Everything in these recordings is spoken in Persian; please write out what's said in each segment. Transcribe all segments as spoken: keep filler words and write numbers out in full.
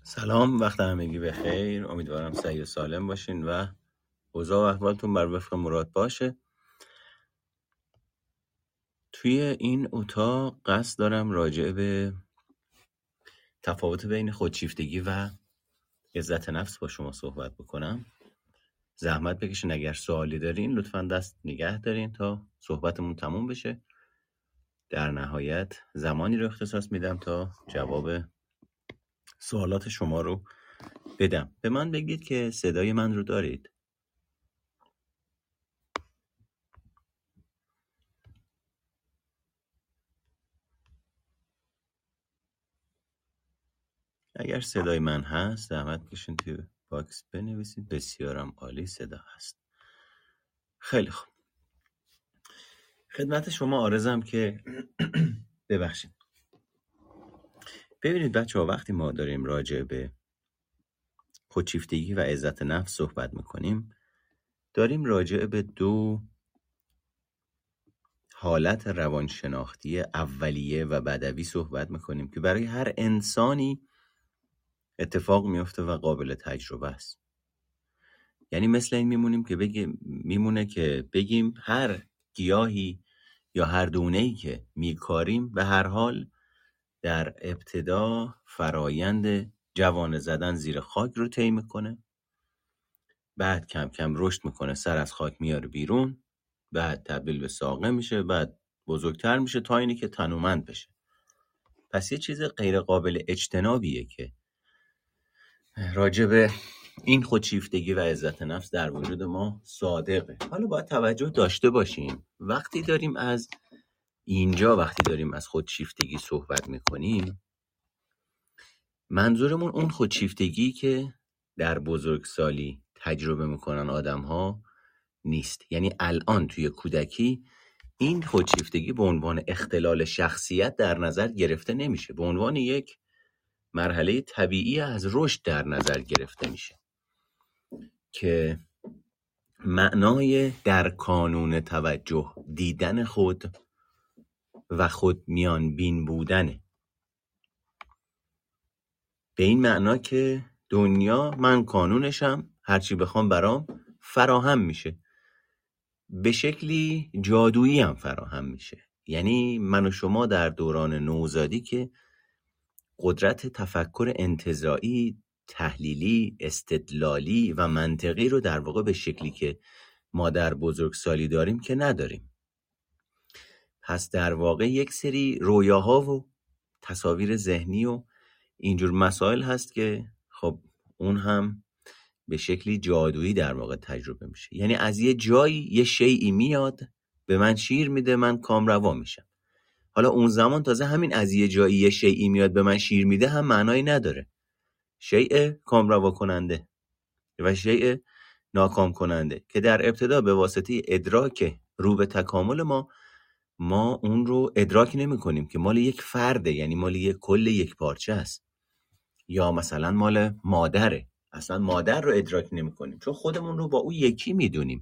سلام، وقت همگی بخیر. امیدوارم صحیح و سالم باشین و اوضاع و احوالتون بر وفق مراد باشه. توی این اتاق قصد دارم راجع به تفاوت بین خودشیفتگی و عزت نفس با شما صحبت بکنم. زحمت بکشین، اگر سوالی دارین لطفاً دست نگه دارین تا صحبتمون تموم بشه. در نهایت زمانی رو اختصاص میدم تا جواب سوالات شما رو بدم. به من بگید که صدای من رو دارید. اگر صدای من هست زحمت کشین توی باکس بنویسید. بسیارم عالی، صدا هست. خیلی خوب. خدمت شما عرضم که ببخشید. ببینید بچه ها، وقتی ما داریم راجع به خودشیفتگی و عزت نفس صحبت میکنیم، داریم راجع به دو حالت روانشناختی اولیه و بدوی صحبت میکنیم که برای هر انسانی اتفاق میفته و قابل تجربه است. یعنی مثل این میمونیم که بگیم میمونه که بگیم هر گیاهی یا هر دونه‌ای که میکاریم به هر حال در ابتدا فرایند جوانه زدن زیر خاک رو طی میکنه، بعد کم کم رشد میکنه، سر از خاک میاره بیرون، بعد تبدیل به ساقه میشه، بعد بزرگتر میشه تا اینی که تنومند بشه. پس یه چیز غیر قابل اجتنابیه که راجع به این خودشیفتگی و عزت نفس در وجود ما صادقه. حالا باید توجه داشته باشیم وقتی داریم از اینجا وقتی داریم از خودشیفتگی صحبت میکنیم، منظورمون اون خودشیفتگی که در بزرگسالی تجربه میکنن آدم ها نیست. یعنی الان توی کودکی این خودشیفتگی به عنوان اختلال شخصیت در نظر گرفته نمیشه، به عنوان یک مرحله طبیعی از رشد در نظر گرفته میشه که معنای در کانون توجه دیدن خود و خود میان بین بودنه. به این معنا که دنیا من کانونشم، هرچی بخوام برام فراهم میشه، به شکلی جادویی هم فراهم میشه. یعنی من و شما در دوران نوزادی که قدرت تفکر انتزاعی، تحلیلی، استدلالی و منطقی رو در واقع به شکلی که ما در بزرگسالی داریم که نداریم. پس در واقع یک سری رویاها و تصاویر ذهنی و اینجور مسائل هست که خب اون هم به شکلی جادویی در واقع تجربه میشه. یعنی از یه جایی یه شیئی میاد به من شیر میده، من کامروا میشم. حالا اون زمان تازه همین از یه جایی یه شیئی میاد به من شیر میده هم معنایی نداره. شیء کامروا کننده و شیء ناکام کننده که در ابتدا به واسطه ادراک رو به تکامل ما ما اون رو ادراک نمی کنیم که مال یک فرده، یعنی مال یک کل یک پارچه است، یا مثلا مال مادره. اصلا مادر رو ادراک نمی کنیم چون خودمون رو با او یکی می دونیم.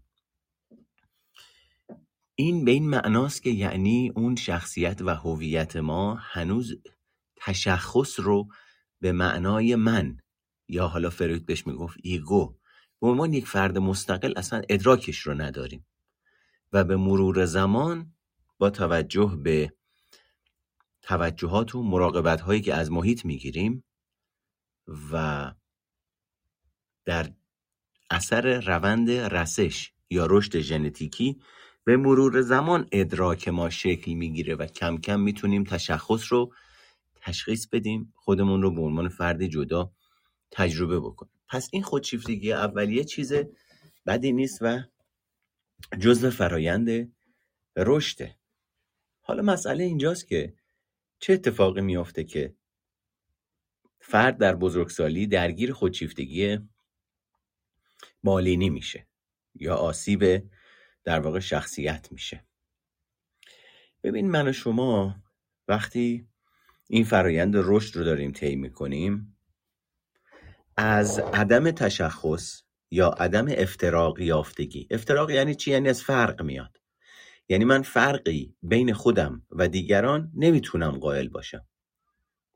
این به این معناست که یعنی اون شخصیت و هویت ما هنوز تشخص رو به معنای من، یا حالا فروید بهش میگفت ایگو، به عنوان یک فرد مستقل اصلا ادراکش رو نداریم. و به مرور زمان با توجه به توجهات و مراقبت هایی که از محیط میگیریم و در اثر روند رسش یا رشد ژنتیکی به مرور زمان ادراک ما شکل میگیره و کم کم میتونیم تشخص رو تشخیص بدیم، خودمون رو به عنوان فرد جدا تجربه بکنیم. پس این خودشیفتگی اولیه چیز بدی نیست و جزء فرایند رشده. حالا مسئله اینجاست که چه اتفاقی میافته که فرد در بزرگسالی درگیر خودشیفتگی بالینی میشه یا آسیب در واقع شخصیت میشه. ببین من و شما وقتی این فرایند رشد رو داریم طی میکنیم، از عدم تشخص یا عدم افتراق یافتگی. افتراق یعنی چی؟ یعنی از فرق میاد. یعنی من فرقی بین خودم و دیگران نمیتونم قائل باشم.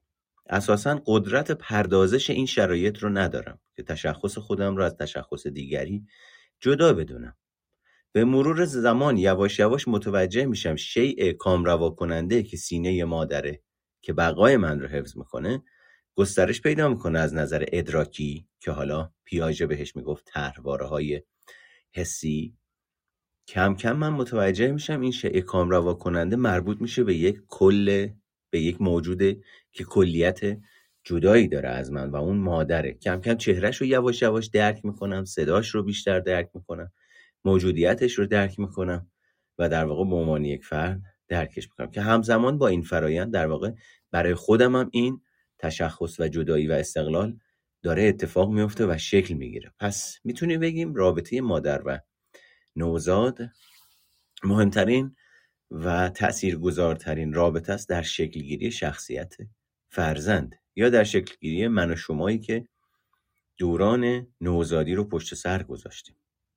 اساساً قدرت پردازش این شرایط رو ندارم که تشخص خودم رو از تشخص دیگری جدا بدونم. به مرور زمان یواش یواش متوجه میشم شیء کامروا کننده که سینه مادره که بقای من رو حفظ میکنه گسترش پیدا میکنه از نظر ادراکی که حالا پیاژه بهش میگفت طرحواره‌های حسی. کم کم من متوجه میشم این شیء کامروا کننده مربوط میشه به یک کل، به یک موجوده که کلیت جدایی داره از من و اون مادره. کم کم چهرهش رو یواش یواش درک میکنم، صداش رو بیشتر درک میکنم، موجودیتش رو درک میکنم و در واقع به عنوان یک فرد درکش میکنم که همزمان با این فرایند در واقع برای خودم هم این تشخص و جدایی و استقلال داره اتفاق میفته و شکل میگیره. پس میتونیم بگیم رابطه مادر و نوزاد مهمترین و تأثیرگذارترین رابطه است در شکلگیری شخصیت فرزند یا در شکلگیری من و شمایی که دوران نوزادی رو پشت سر گذاشتیم.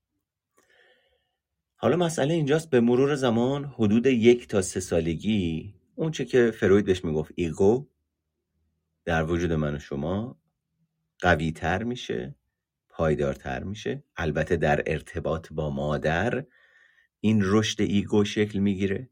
حالا مسئله اینجاست به مرور زمان حدود یک تا سه سالگی اون چه که فروید بهش میگفت ایگو در وجود من و شما قوی تر میشه، پایدارتر میشه. البته در ارتباط با مادر این رشد ایگو شکل میگیره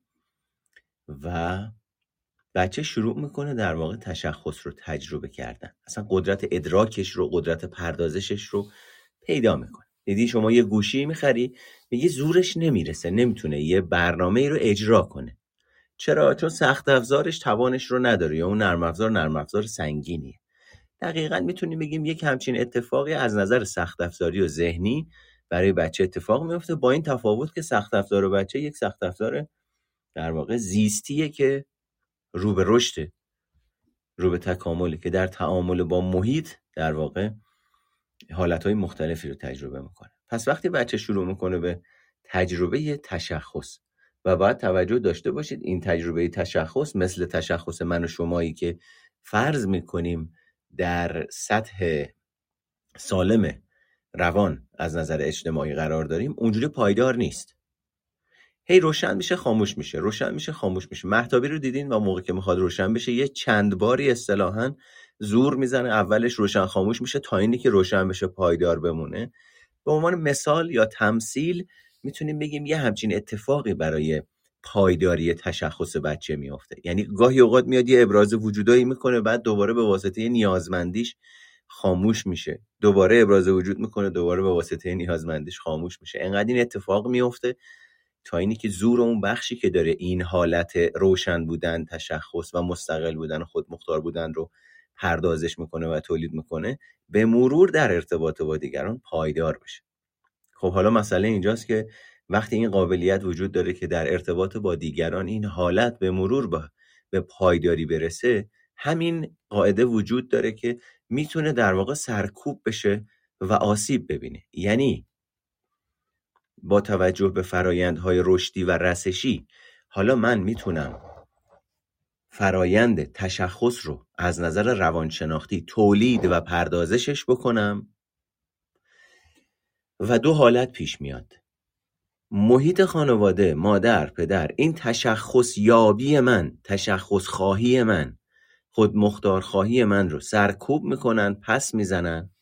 و بچه شروع میکنه در واقع تشخص رو تجربه کردن، اصلا قدرت ادراکش رو، قدرت پردازشش رو پیدا میکنه. دیدی شما یه گوشی میخری میگه زورش نمیرسه، نمیتونه یه برنامه رو اجرا کنه. چرا؟ چون سخت افزارش توانش رو نداره یا اون نرم افزار نرم افزار سنگینیه. دقیقاً میتونیم بگیم یک همچین اتفاقی از نظر سخت افزاری و ذهنی برای بچه اتفاق میفته، با این تفاوت که سخت افزار بچه یک سخت افزار در واقع زیستیه که رو به رشد، رو به تکامله، که در تعامل با محیط در واقع حالتهای مختلفی رو تجربه میکنه. پس وقتی بچه شروع میکنه به تجربه تشخص و باید توجه داشته باشید این تجربه تشخص مثل تشخص من و شمایی که فرض میکنیم در سطح سالم روان از نظر اجتماعی قرار داریم اونجوری پایدار نیست. هی روشن میشه خاموش میشه، روشن میشه خاموش میشه. مهتابی رو دیدین و موقع که میخواد روشن بشه یه چند باری اصطلاحاً زور میزنه، اولش روشن خاموش میشه تا اینی که روشن بشه پایدار بمونه. به عنوان مثال یا تمثیل میتونیم بگیم یه همچین اتفاقی برای پایداری تشخص بچه میفته. یعنی گاهی اوقات میاد یه ابراز وجودایی میکنه، بعد دوباره به واسطه نیازمندیش خاموش میشه، دوباره ابراز وجود میکنه، دوباره به واسطه نیازمندیش خاموش میشه. انقدر این اتفاق میفته تا اینی که زور اون بخشی که داره این حالت روشن بودن، تشخص و مستقل بودن، خود مختار بودن رو پردازش میکنه و تولید میکنه به مرور در ارتباط با دیگران پایدار بشه. خب حالا مسئله اینجاست که وقتی این قابلیت وجود داره که در ارتباط با دیگران این حالت به مرور با به پایداری برسه، همین قاعده وجود داره که میتونه در واقع سرکوب بشه و آسیب ببینه. یعنی با توجه به فرایندهای رشدی و رسشی حالا من میتونم فرایند تشخص رو از نظر روانشناختی تولید و پردازشش بکنم و دو حالت پیش میاد. محیط خانواده، مادر، پدر، این تشخص یابی من، تشخص خواهی من، خود مختار خواهی من رو سرکوب میکنن، پس میزنن،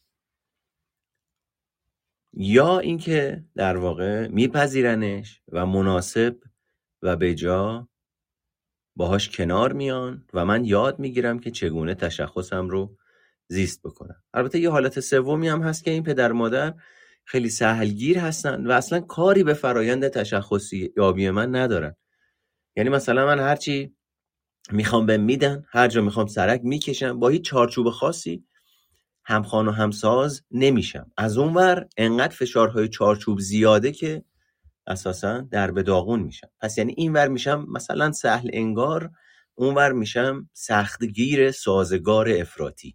یا اینکه در واقع میپذیرنش و مناسب و به جا باهاش کنار میان و من یاد میگیرم که چگونه تشخصم رو زیست بکنم. البته یه حالت سومی هم هست که این پدر مادر خیلی سهلگیر هستن و اصلا کاری به فرایند تشخصی یابی من ندارن. یعنی مثلا من هرچی میخوام بهم میدن، هر جا میخوام سرک میکشم، با هیچ چارچوب خاصی همخوان و همساز نمیشم. از اونور انقدر فشارهای چارچوب زیاده که اساسا در به داغون میشم. پس یعنی این ور میشم مثلا سهل انگار، اون ور میشم سختگیر سازگار افراطی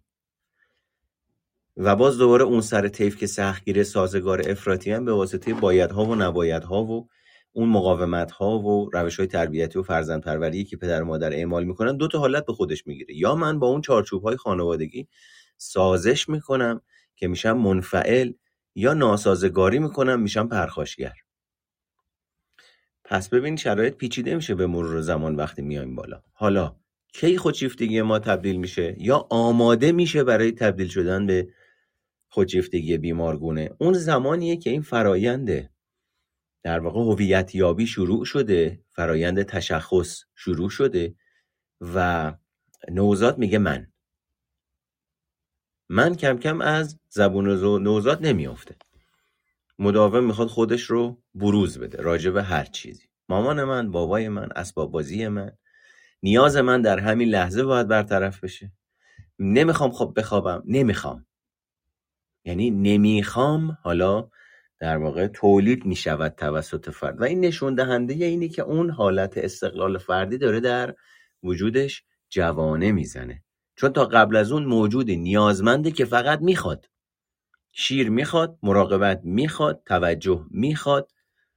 و باز دوباره اون سر طیف که سختگیر سازگار افراطی هم به واسطه بایدها و نبایدها و اون مقاومتها و روش‌های تربیتی و فرزندپروری که پدر و مادر اعمال میکنن دو تا حالت به خودش میگیره. یا من با اون چارچوب‌های خانوادگی سازش میکنم که میشم منفعل، یا ناسازگاری میکنم میشم پرخاشگر. پس ببین شرایط پیچیده میشه به مرور زمان وقتی میایم بالا. حالا کی خودشیفتگی ما تبدیل میشه یا آماده میشه برای تبدیل شدن به خودشیفتگی بیمارگونه؟ اون زمانیه که این فراینده در واقع هویت یابی شروع شده، فرایند تشخص شروع شده و نوزاد میگه من من کم کم از زبون نوزاد نمیافته، مداوم میخواد خودش رو بروز بده راجع به هر چیزی. مامان من، بابای من، اسباب بازی من، نیاز من در همین لحظه باید برطرف بشه. نمیخوام خب بخوابم، نمیخوام، یعنی نمیخوام حالا در واقع تولید میشود توسط فرد و این نشون دهنده اینه که اون حالت استقلال فردی داره در وجودش جوانه میزنه، چون تا قبل از اون موجود نیازمنده که فقط میخواد، شیر میخواد، مراقبت میخواد، توجه میخواد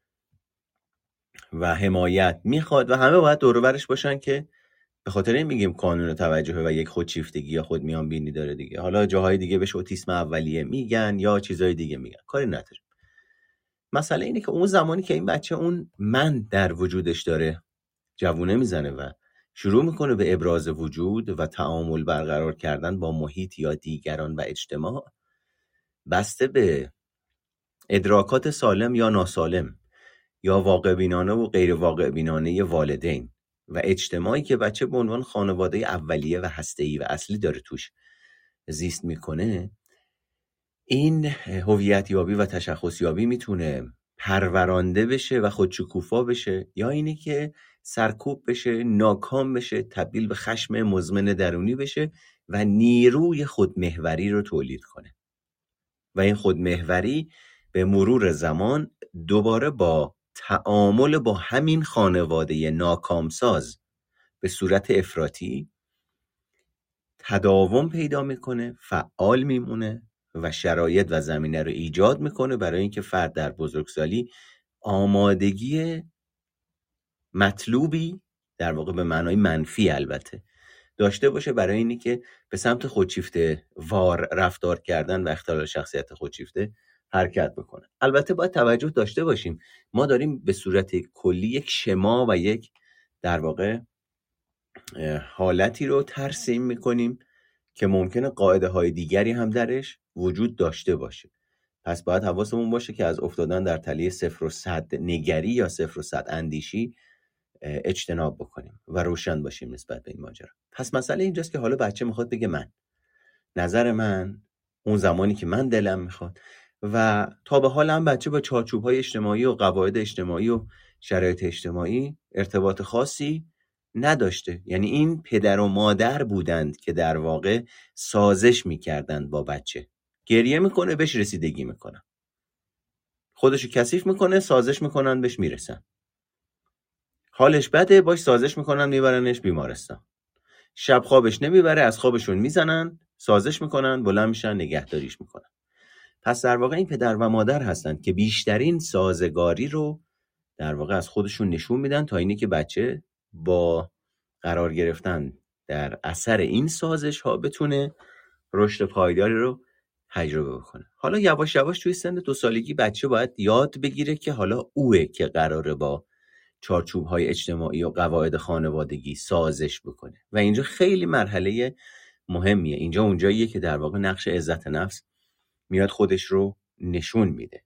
و حمایت میخواد و همه باید دور و برش باشن که به خاطر این میگیم کانون توجه و یک خودشیفتگی یا خود میان بینی داره دیگه. حالا جاهای دیگه بهش اوتیسم اولیه میگن یا چیزای دیگه میگن، کاری نداره. مسئله اینه که اون زمانی که این بچه اون من در وجودش داره جوونه میزنه و شروع میکنه به ابراز وجود و تعامل برقرار کردن با محیط یا دیگران و اجتماع، بسته به ادراکات سالم یا ناسالم یا واقع بینانه و غیر واقع بینانه والدین و اجتماعی که بچه به عنوان خانواده اولیه و هسته‌ای و اصلی داره توش زیست میکنه، این هویت یابی و تشخص یابی میتونه پرورانده بشه و خودشکوفا بشه یا اینه که سرکوب بشه، ناکام بشه، تبدیل به خشم مزمن درونی بشه و نیروی خودمحوری رو تولید کنه و این خودمحوری به مرور زمان دوباره با تعامل با همین خانواده ناکامساز به صورت افراطی تداوم پیدا میکنه، فعال میمونه و شرایط و زمینه رو ایجاد میکنه برای اینکه فرد در بزرگسالی آمادگی مطلوبی در واقع به معنای منفی البته داشته باشه برای اینی که به سمت خودشیفته وار رفتار کردن و اختلال شخصیت خودشیفته حرکت بکنه. البته باید توجه داشته باشیم ما داریم به صورت کلی یک شما و یک در واقع حالتی رو ترسیم میکنیم که ممکنه قاعده های دیگری هم درش وجود داشته باشه. پس باید حواسمون باشه که از افتادن در تله صفر و صد نگری یا صفر و صد اندیشی اجتناب بکنیم و روشن باشیم نسبت به این ماجرا. پس مسئله اینجاست که حالا بچه میخواد بگه من، نظر من، اون زمانی که من دلم میخواد و تا به حال هم بچه با چارچوب‌های اجتماعی و قواعد اجتماعی و شرایط اجتماعی ارتباط خاصی نداشته. یعنی این پدر و مادر بودند که در واقع سازش میکردند با بچه. گریه میکنه بهش رسیدگی میکنن، خودشو کثیف میکنه سازش میکنن بهش میرسن، حالش بده باش سازش میکنن میبرنش بیمارستان، شب خوابش نمیبره از خوابشون میزنن سازش میکنن بلند میشن نگهداریش میکنن. پس در واقع این پدر و مادر هستند که بیشترین سازگاری رو در واقع از خودشون نشون میدن تا اینی که بچه با قرار گرفتن در اثر این سازش ها بتونه رشد پایداری رو تجربه بکنه. حالا یواش یواش توی سن دو سالگی بچه باید یاد بگیره که حالا اوه که قراره با چارچوب های اجتماعی و قواعد خانوادگی سازش بکنه و اینجا خیلی مرحله مهمیه. اینجا اونجاییه که در واقع نقش عزت نفس میاد خودش رو نشون میده.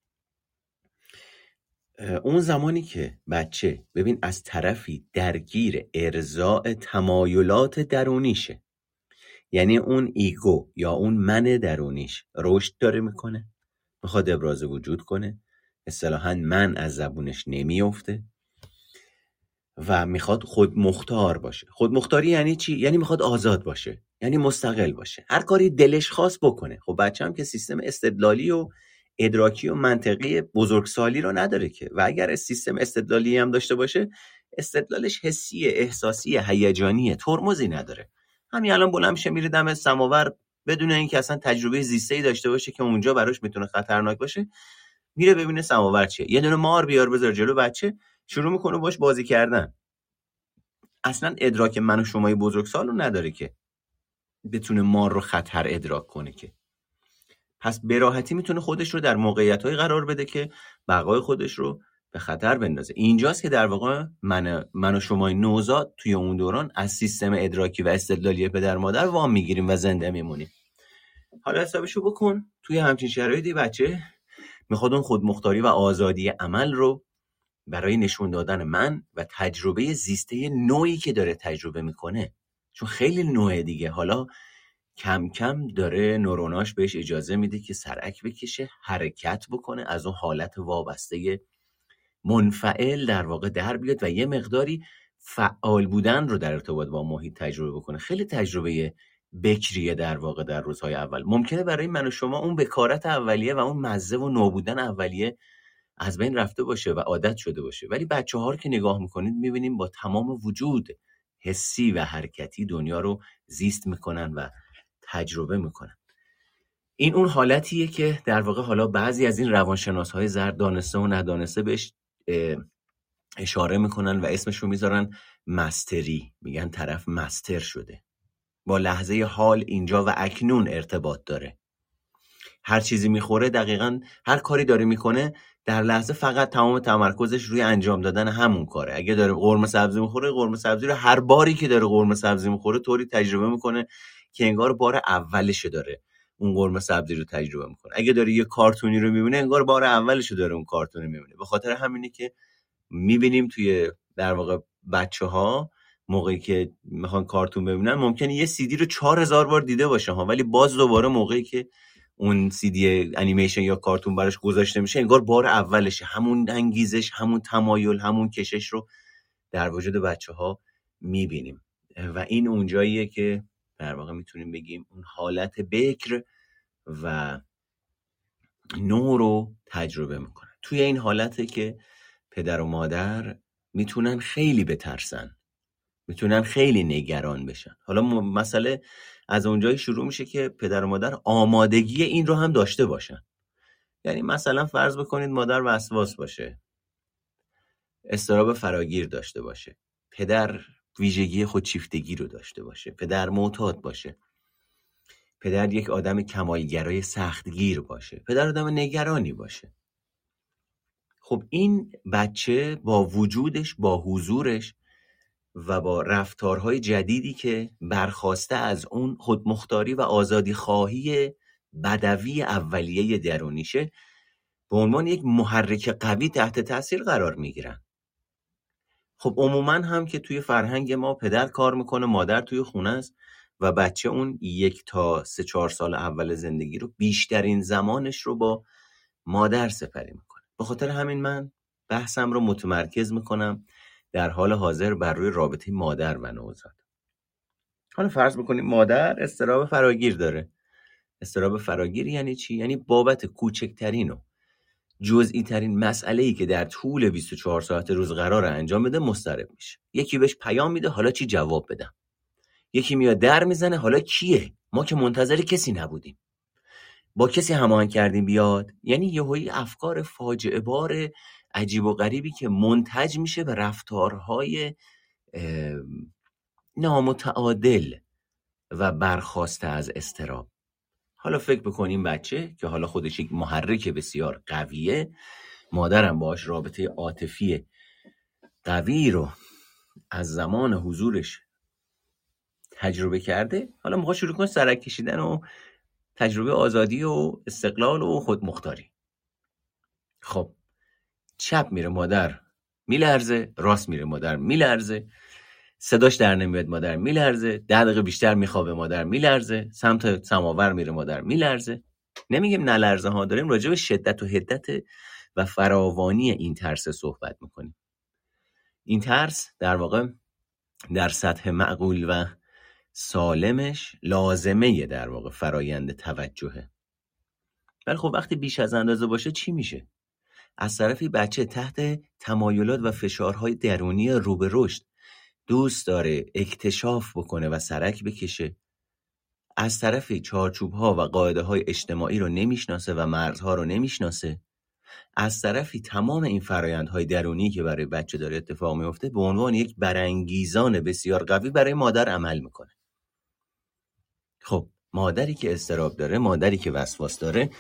اون زمانی که بچه ببین از طرفی درگیر ارضاء تمایلات درونیشه، یعنی اون ایگو یا اون من درونیش رشد داره میکنه، میخواد ابراز وجود کنه، اصطلاحاً من از زبونش نمیفته و میخواد خود مختار باشه. خود مختاری یعنی چی؟ یعنی میخواد آزاد باشه، یعنی مستقل باشه، هر کاری دلش خواست بکنه. خب بچه هم که سیستم استدلالی و ادراکی و منطقی بزرگسالی رو نداره که، و اگر سیستم استدلالی هم داشته باشه استدلالش حسیه، احساسیه، هیجانیه، ترمزی نداره. همین الان بلند میشه میره دم سماور بدون اینکه اصلا تجربه زیسته‌ای داشته باشه که اونجا براش میتونه خطرناک باشه، میره ببینه سماور چیه، یه دونه مار بیار بذار جلو بچه، شروع میکنه باش بازی کردن. اصلا ادراک من و شمای بزرگسال رو نداره که بتونه مار رو خطر ادراک کنه که. پس به راحتی میتونه خودش رو در موقعیت‌های قرار بده که بقای خودش رو به خطر بندازه. اینجاست که در واقع من من و شما نوزاد توی اون دوران از سیستم ادراکی و استدلالی پدر مادر وام میگیریم و زنده میمونیم. حالا حسابشو بکن، توی همچین شرایطی بچه میخواد اون خودمختاری و آزادی عمل رو برای نشون دادن من و تجربه زیسته نوعی که داره تجربه میکنه، چون خیلی نوع دیگه، حالا کم کم داره نوروناش بهش اجازه میده که سرک بکشه، حرکت بکنه، از اون حالت وابسته منفعل در واقع در بیاد و یه مقداری فعال بودن رو در ارتباط با محیط تجربه بکنه. خیلی تجربه بکریه در واقع در روزهای اول. ممکنه برای من و شما اون بکارت اولیه و اون مزه و نو بودن اولیه از بین رفته باشه و عادت شده باشه، ولی بچه ها رو که نگاه میکنید میبینیم با تمام وجود حسی و حرکتی دنیا رو زیست میکنن و تجربه میکنن. این اون حالتیه که در واقع حالا بعضی از این روانشناس‌های زرد دانسته و ندانسته بهش اشاره میکنن و اسمش رو میذارن مستری. میگن طرف مستر شده، با لحظه حال اینجا و اکنون ارتباط داره. هر چیزی میخوره، دقیقاً هر کاری داره میکنه در لحظه فقط تمام تمرکزش روی انجام دادن همون کاره. اگه داره قرمه سبزی میخوره، قرمه سبزی رو هر باری که داره قرمه سبزی میخوره طوری تجربه میکنه که انگار بار اولشه داره اون قرمه سبزی رو تجربه میکنه. اگه داره یه کارتونی رو میبینه انگار بار اولشه داره اون کارتون رو میبینه. به خاطر همینه که میبینیم توی در واقع بچه‌ها موقعی که میخوان کارتون ببینن ممکنه یه سی دی رو چهار هزار بار دیده باشه ها، ولی باز دوباره موقعی که اون سی دی انیمیشن یا کارتون براش گذاشته میشه انگار بار اولشه. همون انگیزش، همون تمایل، همون کشش رو در وجود بچه‌ها میبینیم و این اونجاییه که در واقع میتونیم بگیم اون حالت بکر و نو رو تجربه میکنن. توی این حالته که پدر و مادر میتونن خیلی بترسن، میتونن خیلی نگران بشن. حالا مسئله از اونجایی شروع میشه که پدر و مادر آمادگی این رو هم داشته باشن. یعنی مثلا فرض بکنید مادر وسواس باشه، اضطراب فراگیر داشته باشه، پدر ویژگی خودشیفتگی رو داشته باشه، پدر معتاد باشه، پدر یک آدم کمالگرای سختگیر باشه، پدر آدم نگرانی باشه. خب این بچه با وجودش، با حضورش و با رفتارهای جدیدی که برخواسته از اون خودمختاری و آزادی خواهی بدوی اولیه درونیشه، به عنوان یک محرک قوی تحت تاثیر قرار میگیرن. خب عموما هم که توی فرهنگ ما پدر کار میکنه، مادر توی خونه است و بچه اون یک تا سه چهار سال اول زندگی رو بیشترین زمانش رو با مادر سپری میکنه. به خاطر همین من بحثم رو متمرکز میکنم در حال حاضر بر روی رابطه مادر و نوزاد. حالا فرض بکنیم مادر اضطراب فراگیر داره. اضطراب فراگیر یعنی چی؟ یعنی بابت کوچکترین و جزئی ترین مسئله‌ای که در طول بیست و چهار ساعت روز قراره انجام بده مضطرب میشه. یکی بهش پیام میده، حالا چی جواب بدم؟ یکی میاد در میزنه، حالا کیه؟ ما که منتظر کسی نبودیم، با کسی هماهنگ کردیم بیاد. یعنی یهویی افکار فاجعه بار عجیب و غریبی که منتج میشه به رفتارهای نامتعادل و برخاسته از اضطراب. حالا فکر بکنیم بچه که حالا خودش یک محرک بسیار قویه، مادرم باهاش رابطه عاطفی قوی رو از زمان حضورش تجربه کرده، حالا میخواد شروع کنه سرک کشیدن و تجربه آزادی و استقلال و خودمختاری. خب چپ میره مادر میلرزه، راست میره مادر میلرزه، صداش در نمیاد مادر میلرزه، ده دقیقه بیشتر میخوابه مادر میلرزه، سمت سماور میره مادر میلرزه. نمیگیم نلرزه ها، داریم راجع به شدت و حدت و فراوانی این ترس صحبت میکنیم. این ترس در واقع در سطح معقول و سالمش لازمه در واقع فرایند توجهه. ولی خب وقتی بیش از اندازه باشه چی میشه؟ از طرفی بچه تحت تمایلات و فشارهای درونی رو به رشد دوست داره اکتشاف بکنه و سرک بکشه، از طرفی چارچوب‌ها و قاعده‌های اجتماعی رو نمیشناسه و مرزها رو نمیشناسه، از طرفی تمام این فرآیندهای درونی که برای بچه داره اتفاق میفته به عنوان یک برانگیزان بسیار قوی برای مادر عمل میکنه. خب مادری که اضطراب داره، مادری که وسواس داره،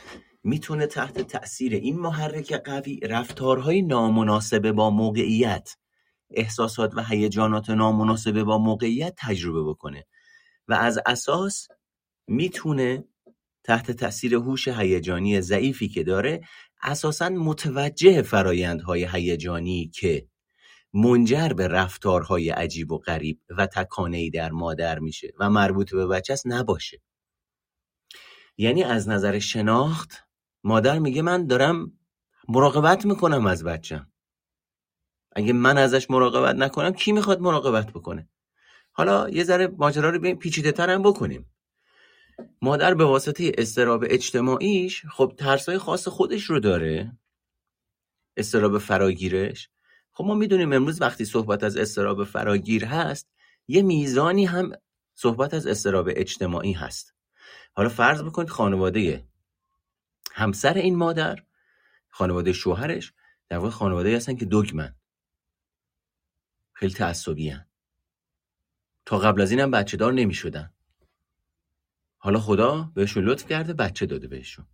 میتونه تحت تأثیر این محرک قوی رفتارهای نامناسب با موقعیت، احساسات و هیجانات نامناسب با موقعیت تجربه بکنه و از اساس میتونه تحت تأثیر هوش هیجانی ضعیفی که داره اساساً متوجه فرایندهای هیجانی که منجر به رفتارهای عجیب و غریب و تکانه‌ای در مادر میشه و مربوط به بچه است نباشه. یعنی از نظر شناخت مادر میگه من دارم مراقبت میکنم از بچم. اگه من ازش مراقبت نکنم کی میخواد مراقبت بکنه؟ حالا یه ذره ماجرا رو بیایم پیچیده تر هم بکنیم. مادر به واسطه اضطراب اجتماعیش خب ترسای خاص خودش رو داره، اضطراب فراگیرش. خب ما میدونیم امروز وقتی صحبت از اضطراب فراگیر هست یه میزانی هم صحبت از اضطراب اجتماعی هست. حالا فرض بکنید خانواده همسر این مادر، خانواده شوهرش در واقع خانواده هستن که دوگمن، خیلی تعصبی هستن، تا قبل از این هم بچه دار نمی شدن. حالا خدا بهشون لطف کرده بچه داده بهشون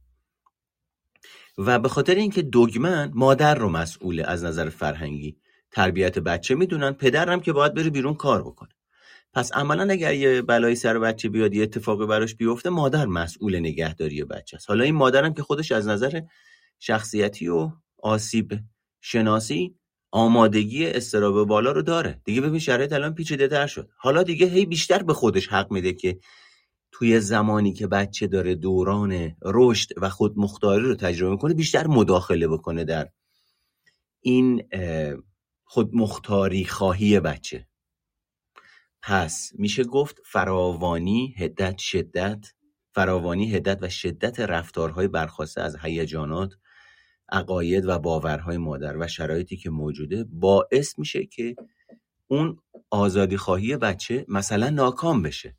و به خاطر اینکه دوگمن مادر رو مسئوله از نظر فرهنگی تربیت بچه میدونن، پدر هم که باید بره بیرون کار بکنه. پس عملا اگر یه بلایی سر بچه بیاد، یه اتفاقی براش بیفته، مادر مسئول نگهداری بچه است. حالا این مادرم که خودش از نظر شخصیتی و آسیب شناسی آمادگی اضطراب بالا رو داره دیگه. ببین شرایط الان پیچیده تر شد. حالا دیگه هی بیشتر به خودش حق میده که توی زمانی که بچه داره دوران رشد و خودمختاری رو تجربه میکنه بیشتر مداخله بکنه در این خودمختاری خواهی بچه. پس میشه گفت فراوانی، حدت، شدت، فراوانی، حدت و شدت رفتارهای برخواسته از هیجانات، عقاید و باورهای مادر و شرایطی که موجوده باعث میشه که اون آزادی خواهی بچه مثلا ناکام بشه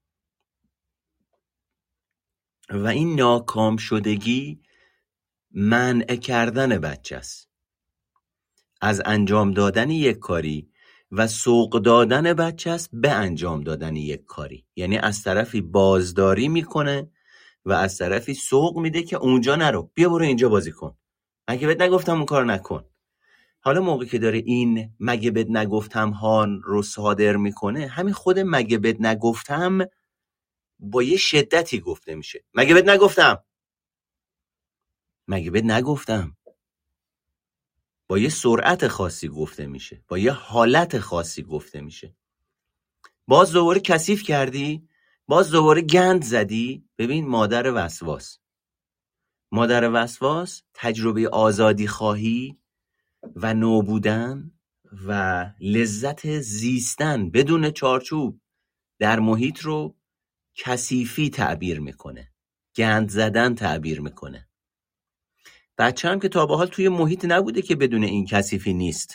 و این ناکام شدگی منع کردن بچه است از انجام دادن یک کاری و سوق دادن بچه است به انجام دادن یک کاری. یعنی از طرفی بازداری میکنه و از طرفی سوق میده که اونجا نرو، بیا برو اینجا بازی کن، مگه بهت نگفتم اون کار نکن. حالا موقعی که داره این مگه بهت نگفتم ها رو صادر میکنه، همین خود مگه بهت نگفتم با یه شدتی گفته میشه. مگه بهت نگفتم، مگه بهت نگفتم با یه سرعت خاصی گفته میشه، با یه حالت خاصی گفته میشه. باز دوباره کثیف کردی، باز دوباره گند زدی. ببین مادر وسواس، مادر وسواس تجربه آزادی خواهی و نوبودن و لذت زیستن بدون چارچوب در محیط رو کثیفی تعبیر میکنه، گند زدن تعبیر میکنه. بچه هم که تا به حال توی محیط نبوده که بدون این کثیفی نیست.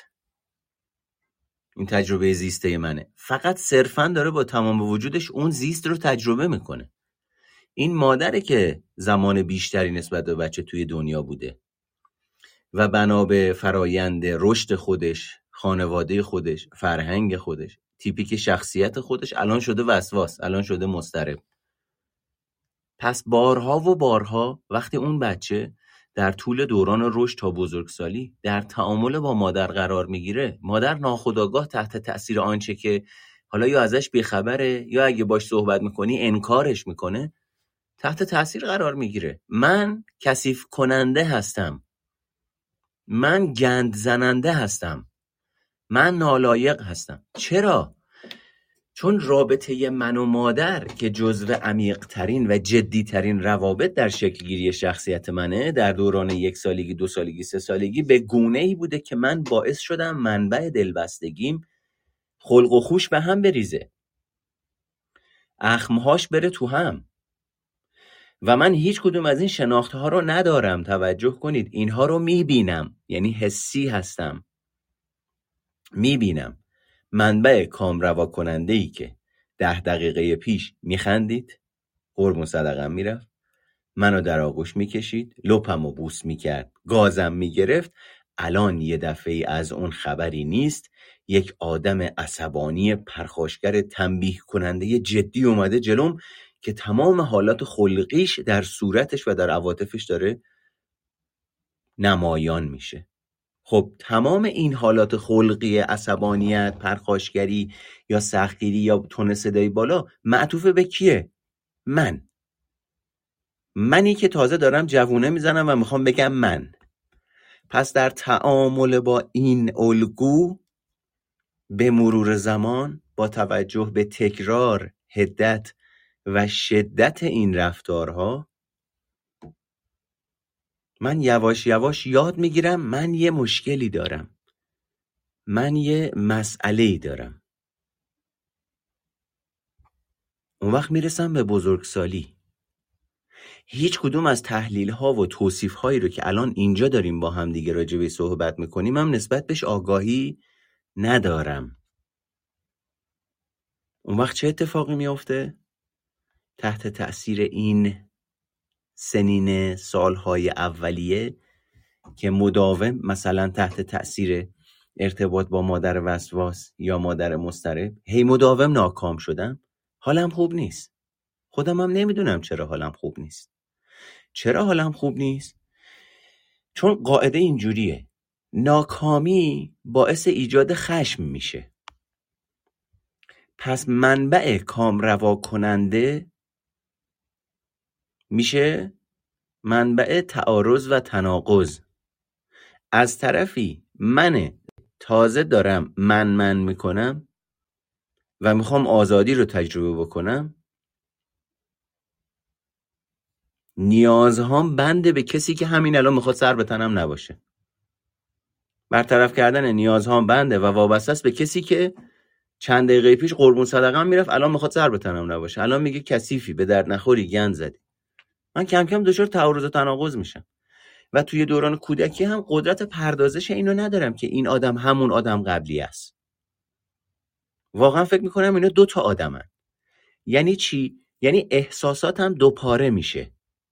این تجربه زیسته منه، فقط صرفاً داره با تمام وجودش اون زیست رو تجربه میکنه. این مادره که زمان بیشتری نسبت به بچه توی دنیا بوده و بنا به فرایند رشد خودش، خانواده خودش، فرهنگ خودش، تیپیک شخصیت خودش الان شده وسواس، الان شده مضطرب. پس بارها و بارها وقتی اون بچه در طول دوران رشد تا بزرگسالی در تعامل با مادر قرار میگیره، مادر ناخودآگاه تحت تأثیر آنچه که حالا یا ازش بیخبره یا اگه باش صحبت میکنی انکارش میکنه، تحت تأثیر قرار میگیره. من کثیف کننده هستم، من گند زننده هستم، من نالایق هستم. چرا؟ چون رابطه من و مادر که جزو عمیق ترین و جدی ترین روابط در شکل گیری شخصیت منه در دوران یک سالگی، دو سالگی، سه سالگی به گونه ای بوده که من باعث شدم منبع دلبستگیم خلق و خوش به هم بریزه، اخمهاش بره تو هم و من هیچ کدوم از این شناختها رو ندارم. توجه کنید، اینها رو میبینم، یعنی حسی هستم، میبینم. منبع کامروا کننده ای که ده دقیقه پیش میخندید، قربون صدقم میرفت، منو در آغوش میکشید، لپمو بوس میکرد، گازم میگرفت، الان یه دفعه از اون خبری نیست. یک آدم عصبانی پرخاشگر تنبیه کننده جدی اومده جلوم که تمام حالات خلقیش در صورتش و در عواطفش داره نمایان میشه. خب تمام این حالات خلقی، عصبانیت، پرخاشگری یا سختگیری یا تون صدای بالا معطوف به کیه؟ من. منی که تازه دارم جوونه میزنم و میخوام بگم من. پس در تعامل با این الگو به مرور زمان با توجه به تکرار، حدت و شدت این رفتارها من یواش یواش یاد میگیرم من یه مشکلی دارم، من یه مسئله‌ای دارم. اون وقت میرسم به بزرگسالی. هیچ کدوم از تحلیل ها و توصیف هایی رو که الان اینجا داریم با هم دیگه راجع به صحبت میکنیم هم نسبت بهش آگاهی ندارم. اون وقت چه اتفاقی میافته؟ تحت تأثیر این سنین سالهای اولیه که مداوم مثلا تحت تأثیر ارتباط با مادر وسواس یا مادر مضطرب هی مداوم ناکام شدم، حالم خوب نیست. خودم هم نمیدونم چرا حالم خوب نیست. چرا حالم خوب نیست؟ چون قاعده اینجوریه، ناکامی باعث ایجاد خشم میشه. پس منبع کامروا کننده میشه منبع تعارض و تناقض. از طرفی من تازه دارم من من میکنم و میخوام آزادی رو تجربه بکنم، نیازهام بنده به کسی که همین الان میخواد سر به تنم نباشه. برطرف کردن نیازهام بنده و وابسته است به کسی که چند دقیقه پیش قربون صدقه هم میرفت، الان میخواد سر به تنم نباشه. الان میگه کثیفی، به درد نخوری، گند زدی. من کم کم دچار تعارض و تناقض میشم و توی دوران کودکی هم قدرت پردازش اینو ندارم که این آدم همون آدم قبلی است. واقعا فکر میکنم اینا دو تا آدمن. یعنی چی؟ یعنی احساساتم دو پاره میشه.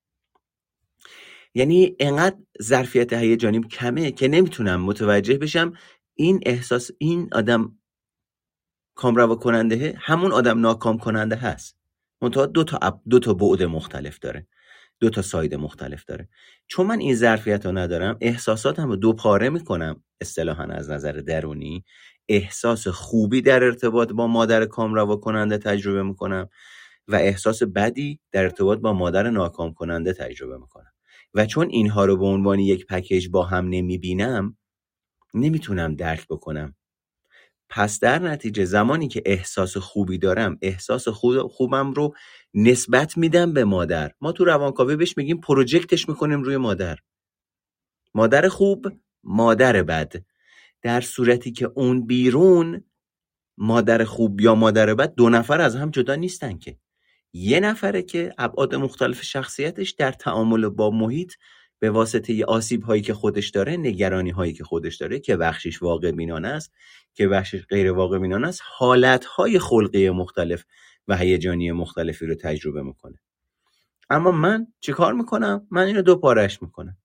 یعنی انقدر ظرفیت هیجانیم کمه که نمیتونم متوجه بشم این احساس این آدم کامروا کننده همون آدم ناکام کننده هست. منتها دو تا دو تا بعد مختلف داره، دو تا ساید مختلف داره. چون من این ظرفیت رو ندارم، احساساتم رو دو پاره میکنم. اصطلاحاً از نظر درونی احساس خوبی در ارتباط با مادر کامروا کننده تجربه میکنم و احساس بدی در ارتباط با مادر ناکام کننده تجربه میکنم و چون اینها رو به عنوان یک پکیج با هم نمیبینم، نمیتونم درک بکنم. پس در نتیجه زمانی که احساس خوبی دارم، احساس خوب خوبم رو نسبت میدم به مادر. ما تو روانکاوی بهش میگیم پروژکتش میکنیم روی مادر. مادر خوب، مادر بد. در صورتی که اون بیرون مادر خوب یا مادر بد دو نفر از هم جدا نیستن، که یه نفره که ابعاد مختلف شخصیتش در تعامل با محیط به واسطه آسیب هایی که خودش داره، نگرانی هایی که خودش داره که بخشش واقع بینانه است که بخشش غیر واقع بینانه است، حالت های خلقی مختلف و هیجانی مختلفی رو تجربه میکنه. اما من چه کار میکنم؟ من اینو دو پارش میکنم.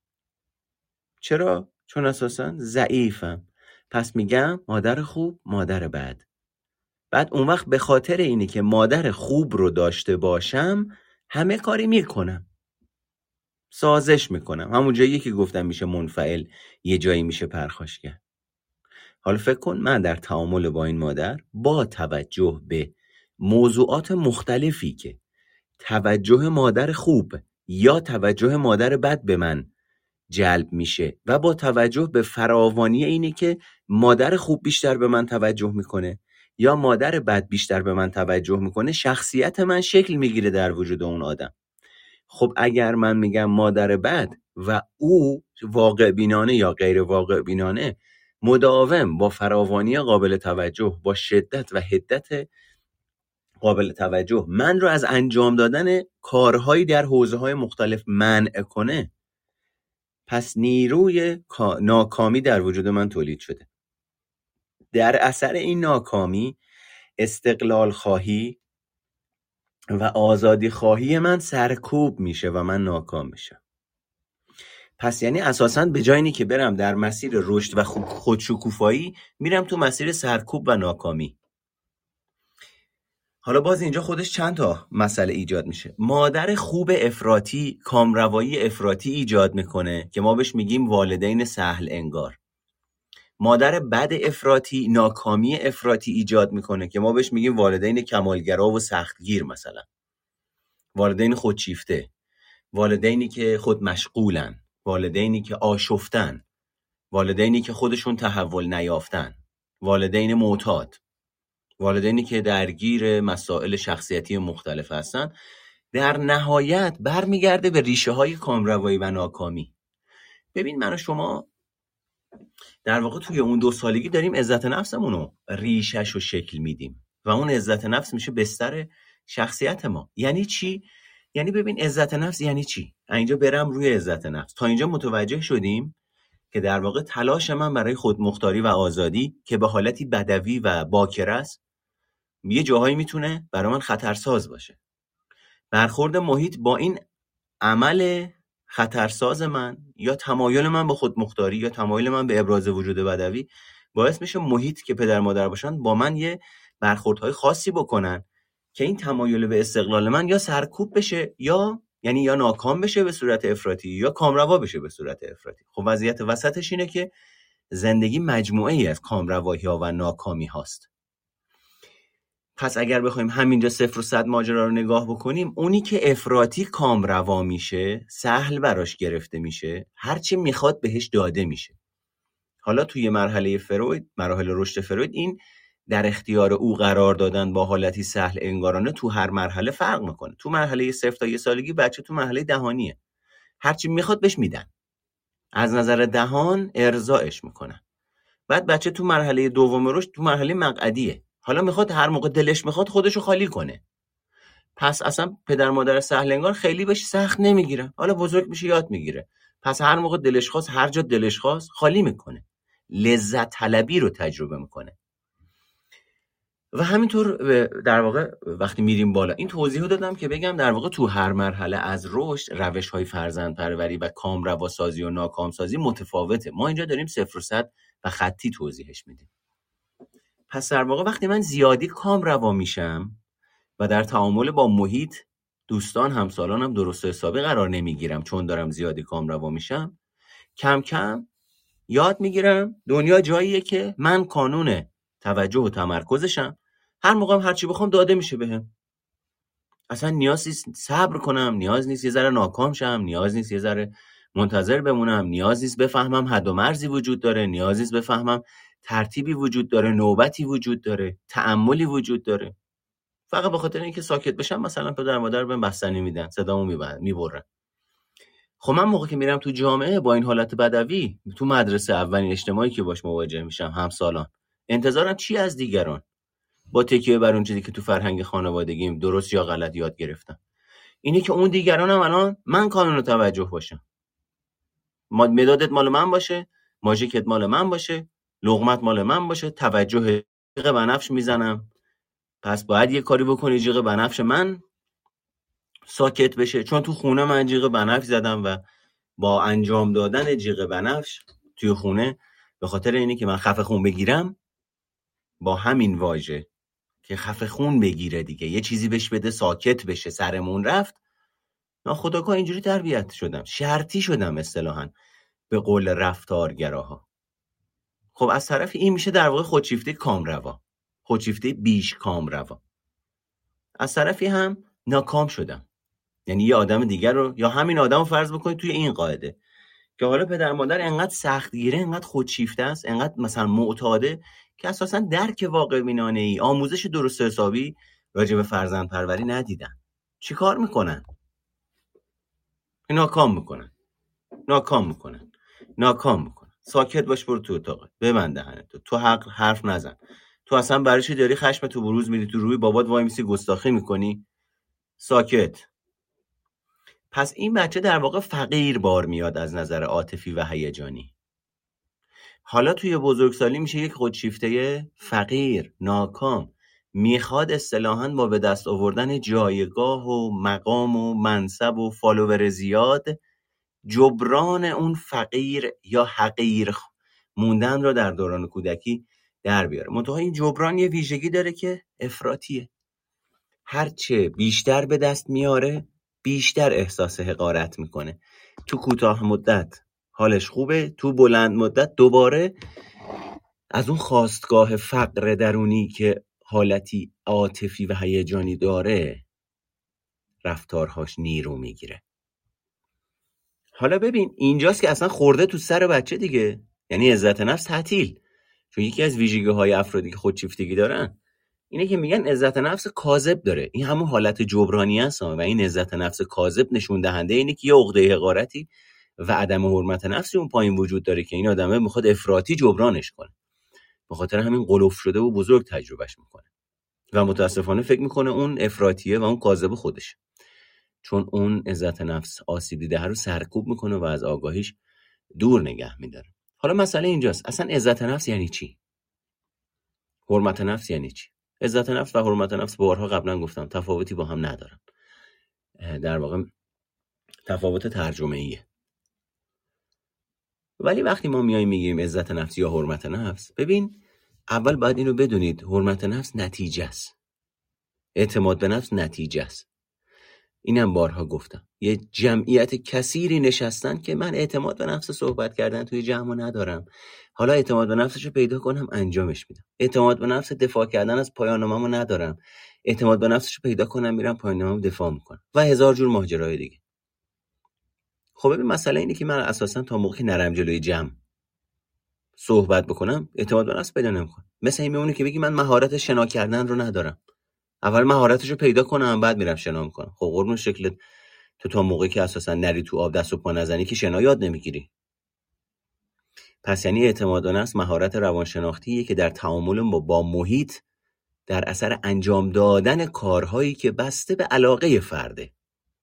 چرا؟ چون اساسا ضعیفم. پس میگم مادر خوب، مادر بد. بعد اون وقت به خاطر اینه که مادر خوب رو داشته باشم همه کاری میکنم، سازش میکنم. همون جایی که گفتم میشه منفعل، یه جایی میشه پرخاشگر. حالا فکر کن من در تعامل با این مادر با توجه به موضوعات مختلفی که توجه مادر خوب یا توجه مادر بد به من جلب میشه و با توجه به فراوانی اینه که مادر خوب بیشتر به من توجه میکنه یا مادر بد بیشتر به من توجه میکنه، شخصیت من شکل میگیره در وجود اون آدم. خب اگر من میگم مادر بد و او واقع بینانه یا غیر واقع بینانه مداوم با فراوانی قابل توجه، با شدت و حدت قابل توجه من رو از انجام دادن کارهایی در حوزه‌های مختلف منع کنه، پس نیروی ناکامی در وجود من تولید شده. در اثر این ناکامی استقلال خواهی و آزادی خواهی من سرکوب میشه و من ناکام میشم. پس یعنی اساساً به جای اینی که برم در مسیر رشد و خودشکوفایی، میرم تو مسیر سرکوب و ناکامی. حالا باز اینجا خودش چند تا مسئله ایجاد میشه. مادر خوب افراطی کامروایی افراطی ایجاد میکنه که ما بهش میگیم والدین سهل انگار. مادر بد افراطی ناکامی افراطی ایجاد میکنه که ما بهش میگیم والدین کمالگرا و سختگیر، مثلا والدین خودشیفته، والدینی که خود مشغولن، والدینی که آشفتن، والدینی که خودشون تحول نیافتن، والدین معتاد، والدینی که درگیر مسائل شخصیتی مختلف هستن. در نهایت برمیگرده به ریشه های کامروایی و ناکامی. ببین من و شما در واقع توی اون دو سالگی داریم عزت نفسمون رو ریشش رو شکل میدیم و اون عزت نفس میشه بستر شخصیت ما. یعنی چی؟ یعنی ببین عزت نفس یعنی چی؟ اینجا برم روی عزت نفس. تا اینجا متوجه شدیم که در واقع تلاش من برای خودمختاری و آزادی که به حالتی بدوی و باکره است، یه جاهایی میتونه برای من خطرساز باشه. برخورد محیط با این عمل خطرساز من یا تمایل من به خودمختاری یا تمایل من به ابراز وجود بدوی باعث میشه محیط که پدر مادر باشن با من یه برخوردهای خاصی بکنن که این تمایل به استقلال من یا سرکوب بشه یا یعنی یا ناکام بشه به صورت افراطی یا کامروا بشه به صورت افراطی. خب وضعیت وسطش اینه که زندگی مجموعه ای از کامروایی ها و ناکامی هاست. پس اگر بخوایم همینجا صفر و صد ماجرا رو نگاه بکنیم، اونی که افراطی کامروا میشه، سهل براش گرفته میشه، هرچی میخواد بهش داده میشه. حالا توی مرحله فروید، مراحل رشد فروید، این در اختیار او قرار دادن با حالتی سهل انگارانه تو هر مرحله فرق میکنه. تو مرحله صفر تا یه سالگی بچه تو مرحله دهانیه، هرچی میخواد بهش میدن، از نظر دهان ارضاش میکنن. بعد بچه تو مرحله دوم رشد تو مرحله مقعدیه، حالا میخواد هر موقع دلش میخواد خودشو خالی کنه. پس اصلا پدر مادر سهل انگار خیلی بهش سخت نمیگیره، حالا بزرگ میشه یاد میگیره. پس هر موقع دلش خواست، هر جا دلش خواست خالی میکنه، لذت طلبی رو تجربه میکنه. و همینطور در واقع وقتی میریم بالا، این توضیح رو دادم که بگم در واقع تو هر مرحله از رشد روش‌های فرزندپروری و کامرواسازی و ناکامسازی متفاوته. ما اینجا داریم صفر و صد و خطی توضیحش میدیم. پس در واقع وقتی من زیادی کامروا میشم و در تعامل با محیط، دوستان، همسالانم درست و حسابی قرار نمیگیرم چون دارم زیادی کامروا میشم، کم کم یاد میگیرم دنیا جاییه که من کانون توجه و تمرکزشم، هر موقع هر چی بخوام داده میشه بهم. اصلا نیاز نیست صبر کنم، نیاز نیست یه ذره ناکام شم، نیاز نیست یه ذره منتظر بمونم، نیاز نیست بفهمم حد و مرزی وجود داره، نیاز نیست بفهمم ترتیبی وجود داره، نوبتی وجود داره، تأملی وجود داره. فقط به خاطر اینکه ساکت بشم مثلا پدر مادر بهم بستنی میدن، صدامو میبرن. خب من موقعی که میرم تو جامعه با این حالت بدوی، تو مدرسه اولین اجتماعی که باش مواجه میشم، همسالان، انتظارم چی از دیگران؟ با تکیه بر اون چیزی که تو فرهنگ خانوادگیم درست یا غلط یاد گرفتم، اینه که اون دیگرانم الان من کانون توجه باشم، مدادت مال من باشه، ماژیکت مال من باشه، لقمت مال من باشه، توجه جیغ بنفش میزنم، پس باید یه کاری بکنی جیغ بنفش من ساکت بشه، چون تو خونه من جیغ بنفش زدم و با انجام دادن جیغ بنفش توی خونه، به خاطر اینی که من خفه خون بگیرم، با همین واژه که خفه خون بگیره دیگه، یه چیزی بهش بده ساکت بشه، سرمون رفت، ناخودآگاه اینجوری تربیت شدم، شرطی شدم اصطلاحاً به قول رفتارگراها. خب از طرف این میشه در واقع خودشیفته کامروا، خودشیفته بیش کامروا. از طرفی هم ناکام شدم، یعنی یه آدم دیگر رو یا همین آدم رو فرض بکنید توی این قاعده که حالا پدر مادر انقدر سختگیره، انقدر خودشیفته است، انقدر مثلا معتاده که اساسا درک واقع بینانه ای، آموزش درست حسابی راجع به فرزند پروری ندیدن. چی کار میکنن؟ ناکام میکنن ناکام میکنن ناکام میکنن ساکت باش، برو تو اتاقت، ببند دهنت، تو حق حرف نزن، تو اصلا برای چی داری خشم تو بروز میدی، تو روی بابات وای میسی گستاخی میکنی، ساکت. پس این بچه در واقع فقیر بار میاد از نظر عاطفی و هیجانی. حالا توی بزرگسالی میشه یک خودشیفته فقیر، ناکام، میخواد اصطلاحاً با به دست آوردن جایگاه و مقام و منصب و فالوور زیاد جبران اون فقیر یا حقیر موندن رو در دوران کودکی در بیاره. منتها این جبران یه ویژگی داره که افراطیه. یعنی چی؟ یعنی من هرچه بیشتر به دست میاره بیشتر احساس حقارت میکنه. تو کوتاه مدت حالش خوبه، تو بلند مدت دوباره از اون خواستگاه فقر درونی که حالتی عاطفی و هیجانی داره رفتارهاش نیرو میگیره. حالا ببین اینجاست که اصلا خورده تو سر بچه دیگه، یعنی عزت نفس تعطیل. چون یکی از ویژگی‌های افرادی که خودشیفتگی دارن اینه که میگن عزت نفس کاذب داره. این همون حالت جبرانی است و این عزت نفس کاذب نشون دهنده اینه که یه عقده حقارتی و عدم حرمت نفسی اون پایین وجود داره که این آدمه میخواد افراطی جبرانش کنه. به خاطر همین قلوف شده و بزرگ تجربهش میکنه و متاسفانه فکر میکنه اون افراطیه و اون کاذب خودش، چون اون عزت نفس آسیب دیده رو سرکوب میکنه و از آگاهیش دور نگه میداره. حالا مسئله اینجاست، اصلا عزت نفس یعنی چی؟ حرمت نفس یعنی چی؟ عزت نفس و حرمت نفس بارها قبلا گفتم تفاوتی با هم ندارن. در واقع تفاوت ترجمه ایه. ولی وقتی ما میایم میگیم عزت نفس یا حرمت نفس، ببین اول باید اینو بدونید حرمت نفس نتیجه است. اعتماد به نفس نتیجه است. اینم بارها گفتم. یه جمعیت کثیری نشستن که من اعتماد به نفس صحبت کردن توی جمع ندارم. حالا اعتماد به نفسشو پیدا کنم انجامش میدم. اعتماد به نفس دفاع کردن از پایان نامه‌مو ندارم. اعتماد به نفسشو پیدا کنم میرم پایان نامه‌مو دفاع میکنم و هزار جور ماجرای دیگه. خب ببین مسئله اینه که من اساسا تا موقعی نرم جلوی جمع صحبت بکنم اعتماد به نفس پیدا نمیکنم. مثلا این میمونه که بگی من مهارت شنا کردن رو ندارم. اول مهارتشو پیدا کنم بعد میرم شنا میکنم. خب قربون شکلت، تو تا موقعی که اساسا نری تو آب دست و پا نزنی که شنا یاد نمیگیری. پس یعنی اعتماد به نفس مهارت روانشناختیه که در تعامل با, با محیط در اثر انجام دادن کارهایی که بسته به علاقه فرده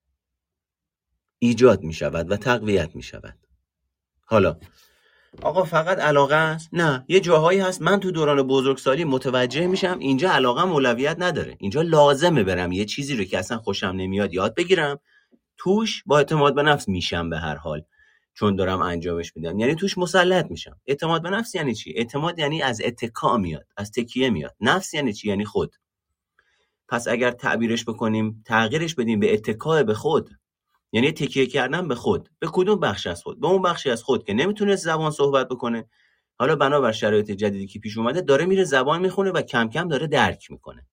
ایجاد میشود و تقویت میشود. حالا آقا فقط علاقه است؟ نه، یه جاهایی هست من تو دوران بزرگسالی متوجه میشم اینجا علاقه اولویت نداره، اینجا لازمه برم یه چیزی رو که اصلا خوشم نمیاد یاد بگیرم، توش با اعتماد به نفس میشم به هر حال چون دارم انجامش میدم، یعنی توش مسلط میشم. اعتماد به نفس یعنی چی؟ اعتماد یعنی از اتکا میاد، از تکیه میاد. نفس یعنی چی؟ یعنی خود. پس اگر تعبیرش بکنیم تغییرش بدیم به اتکا به خود، یعنی تکیه کردن به خود. به کدوم بخش از خود؟ به اون بخشی از خود که نمیتونه زبان صحبت بکنه، حالا بنابر شرایط جدیدی که پیش اومده داره میره زبان میخونه و کم کم داره درک میکنه.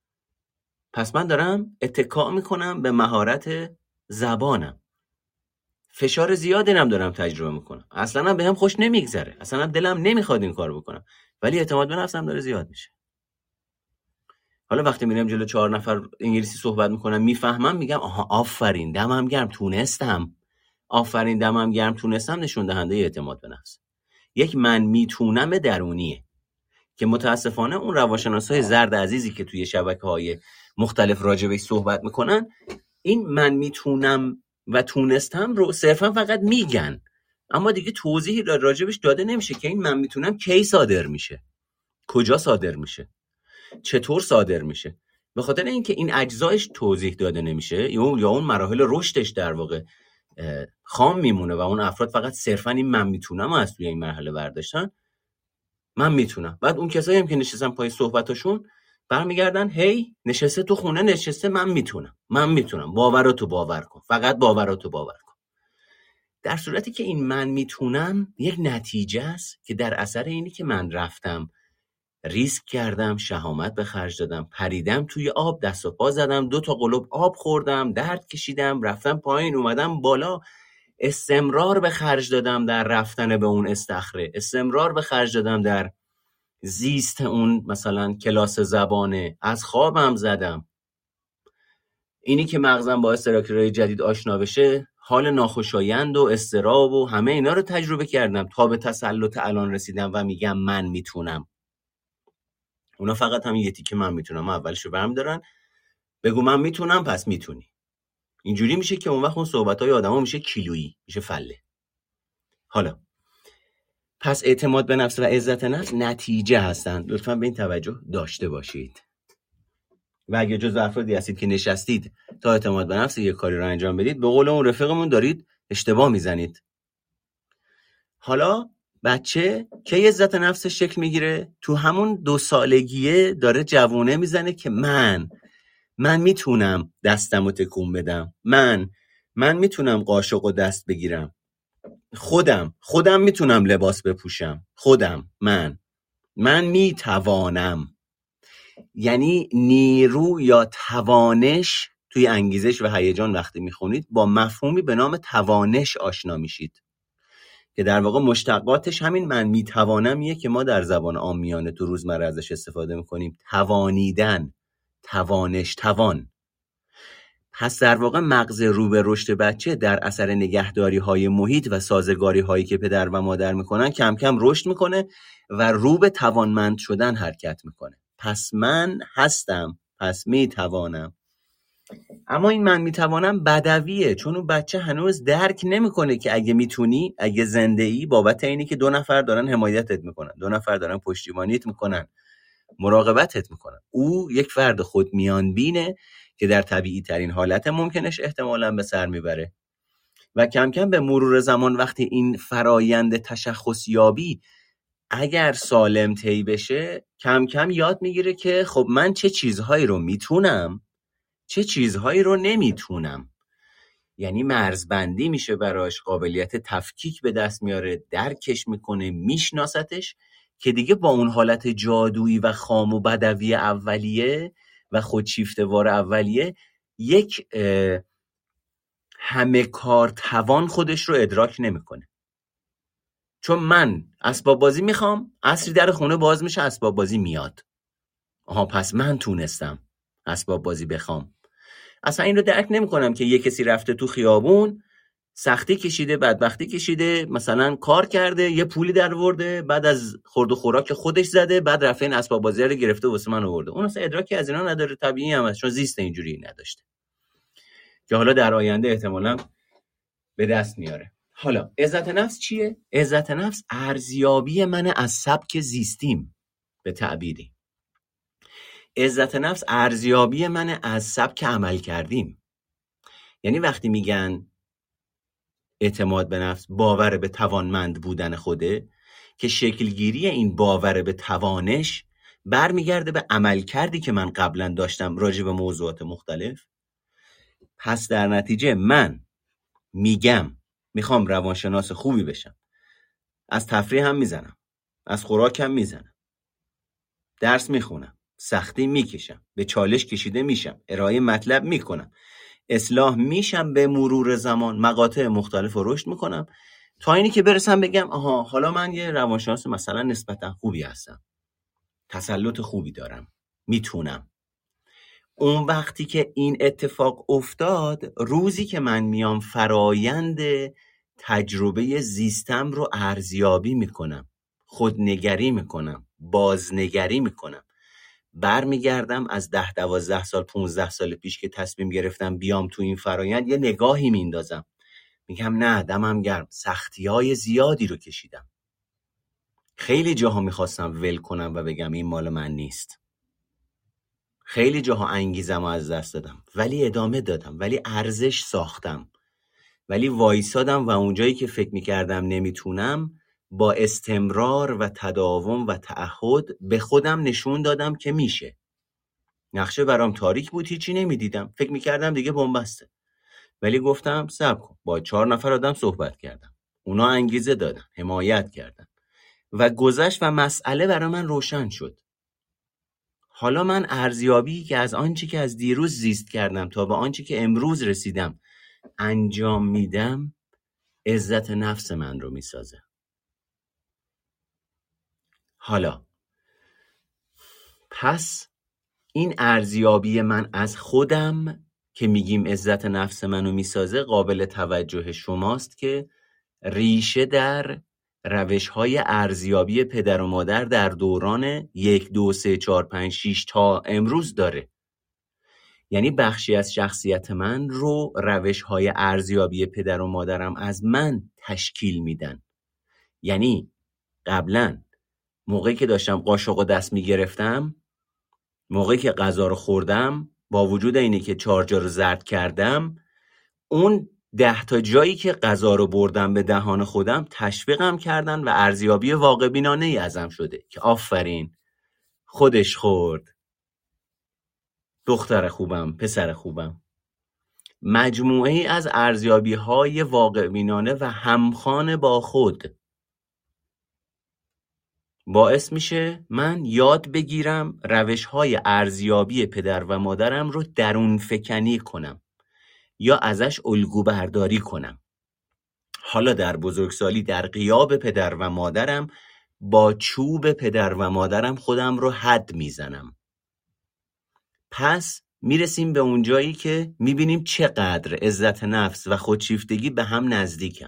پس من دارم اتکا میکنم به مهارت زبانم، فشار زیادی هم دارم تجربه میکنم، اصلا هم بهم خوش نمیگذره، اصلا هم دلم نمیخواد این کار بکنم، ولی اعتماد به نفسم داره زیاد میشه. حالا وقتی میرم جلو چهار نفر انگلیسی صحبت میکنم میفهمم، میگم آها آفرین دمم گرم تونستم، آفرین دمم گرم تونستم نشون دهنده اعتماد به نفس. یک من میتونم درونیه که متاسفانه اون روانشناسای زرد عزیزی که توی شبکه‌های مختلف راجبش صحبت میکنن این من میتونم و تونستم رو صرفا فقط میگن، اما دیگه توضیحی راجبش داده نمیشه که این من میتونم کی صادر میشه، کجا صادر میشه، چطور صادر میشه. به خاطر اینکه این اجزایش توضیح داده نمیشه یا اون مراحل رشدش در واقع خام میمونه و اون افراد فقط صرفا این من میتونم از توی این مرحله برداشتن، من میتونم. بعد اون کسایی هم که نشستن پای صحبتاشون برمیگردن هی نشسته تو خونه نشسته من میتونم من میتونم باوراتو باور کن، فقط باوراتو باور کن. در صورتی که این من میتونم یک نتیجه است که در اثر اینی که من رفتم ریسک کردم، شهامت به خرج دادم، پریدم توی آب، دست و پا زدم، دو تا قلوب آب خوردم، درد کشیدم، رفتم پایین اومدم بالا، استمرار به خرج دادم در رفتن به اون استخره، استمرار به خرج دادم در زیست اون مثلا کلاس زبانه، از خوابم زدم. اینی که مغزم با استراکچرهای جدید آشنا بشه، حال ناخوشایند و اضطراب و همه اینا رو تجربه کردم تا به تسلط الان رسیدم و میگم من میتونم. اونا فقط هم یه تیکه من میتونم اولشو برم دارن، بگو من میتونم پس میتونی. اینجوری میشه که اون وقت اون صحبت‌های آدما میشه کیلویی، میشه فله. حالا پس اعتماد به نفس و عزت نفس نتیجه هستن، لطفاً به این توجه داشته باشید. و اگه جز افرادی هستید که نشستید تا اعتماد به نفس یه کاری رو انجام بدید، به قول اون رفیقمون دارید اشتباه میزنید. حالا بچه که عزت نفسش شکل میگیره؟ تو همون دو سالگیه داره جوونه میزنه که من من میتونم دستم رو تکون بدم، من من میتونم قاشق و دست بگیرم، خودم خودم میتونم لباس بپوشم، خودم من من میتوانم. یعنی نیرو یا توانش توی انگیزش و هیجان وقتی میخونید با مفهومی به نام توانش آشنا میشید که در واقع مشتقاتش همین من میتوانمیه که ما در زبان عامیانه تو روزمره ازش استفاده میکنیم. توانیدن، توانش، توان. پس در واقع مغز رو به رشد بچه در اثر نگهداری های محیط و سازگاری هایی که پدر و مادر میکنن کم کم رشد میکنه و رو به توانمند شدن حرکت میکنه. پس من هستم، پس میتوانم. اما این من میتوانم بدویه، چون اون بچه هنوز درک نمیکنه که اگه میتونی، اگه زنده ای، بابت اینی که دو نفر دارن حمایتت میکنن، دو نفر دارن پشتیبانیت میکنن، مراقبتت میکنن. او یک فرد خود میان بینه که در طبیعی ترین حالت ممکنش احتمالاً به سر میبره و کم کم به مرور زمان وقتی این فرایند تشخص یابی اگر سالم طی بشه، کم کم یاد میگیره که خب من چه چیزهایی رو میتونم، چه چیزهایی رو نمیتونم. یعنی مرزبندی میشه براش، قابلیت تفکیک به دست میاره، درکش میکنه، میشناستش که دیگه با اون حالت جادویی و خام و بدوی اولیه و خودشیفته‌وار اولیه یک همه کار توان خودش رو ادراک نمیکنه. چون من اسباب بازی میخوام، عصری در خونه باز میشه، اسباب بازی میاد. آها پس من تونستم اسباب بازی بخوام. اصلا این رو درک نمی کنم که یه کسی رفته تو خیابون، سختی کشیده، بدبختی کشیده، مثلا کار کرده، یه پولی در ورده، بعد از خورد و خوراک خودش زده، بعد رفته این اسباب بازی رو گرفته واسه من آورده. اون اصلا ادراکی از اینا نداره، طبیعی هم هست چون زیست اینجوری نداشته که حالا در آینده احتمالاً به دست میاره. حالا عزت نفس چیه؟ عزت نفس ارزیابی من از سبک زیستیم. به تعبیری عزت نفس ارزیابی من از سبک عمل کردیم. یعنی وقتی میگن اعتماد به نفس باور به توانمند بودن خوده، که شکلگیری این باور به توانش برمیگرده به عمل کردی که من قبلا داشتم راجع به موضوعات مختلف. پس در نتیجه من میگم میخوام روانشناس خوبی بشم، از تفریح هم میزنم، از خوراک هم میزنم، درس میخونم، سختی میکشم، به چالش کشیده میشم، ارائه مطلب میکنم، اصلاح میشم، به مرور زمان مقاطع مختلف رو رشد میکنم تا اینی که برسم بگم آها حالا من یه روانشناس مثلا نسبتا خوبی هستم، تسلط خوبی دارم، میتونم. اون وقتی که این اتفاق افتاد، روزی که من میام فرایند تجربه زیستم رو ارزیابی میکنم، خودنگری میکنم، بازنگری میکنم، برمیگردم از ده دوازده سال پونزده سال پیش که تصمیم گرفتم بیام تو این فرایند یه نگاهی میندازم، میگم نه دمم گرم، سختی‌های زیادی رو کشیدم، خیلی جاها میخواستم ول کنم و بگم این مال من نیست، خیلی جاها انگیزم رو از دست دادم ولی ادامه دادم، ولی ارزش ساختم، ولی وایسادم و اونجایی که فکر میکردم نمیتونم با استمرار و تداوم و تعهد به خودم نشون دادم که میشه. نقشه برام تاریک بود، هیچی نمیدیدم، فکر میکردم دیگه بنبسته، ولی گفتم صبر کن، با چهار نفر آدم صحبت کردم، اونا انگیزه دادن، حمایت کردن و گذشت و مسئله برای من روشن شد. حالا من ارزیابی که از آنچه که از دیروز زیست کردم تا به آنچه که امروز رسیدم انجام میدم، عزت نفس من رو میسازه. حالا پس این ارزیابی من از خودم که میگیم عزت نفس منو میسازه، قابل توجه شماست که ریشه در روش های ارزیابی پدر و مادر در دوران یک دو سه چهار پنج شیش تا امروز داره. یعنی بخشی از شخصیت من رو روش های ارزیابی پدر و مادرم از من تشکیل میدن. یعنی قبلا موقعی که داشتم قاشق و دست میگرفتم، موقعی که غذا رو خوردم، با وجود اینی که چهار جا رو زرد کردم، اون ده تا جایی که غذا رو بردم به دهان خودم تشویقم کردن و ارزیابی واقع بینانه ای ازم شده که آفرین خودش خورد، دختر خوبم، پسر خوبم، مجموعه ای از ارزیابی های واقع بینانه و همخوان با خود باعث میشه من یاد بگیرم روش های ارزیابی پدر و مادرم رو درون فکنی کنم یا ازش الگو برداری کنم. حالا در بزرگسالی در غیاب پدر و مادرم با چوب پدر و مادرم خودم رو حد میزنم. پس میرسیم به اون جایی که میبینیم چقدر عزت نفس و خودشیفتگی به هم نزدیکن،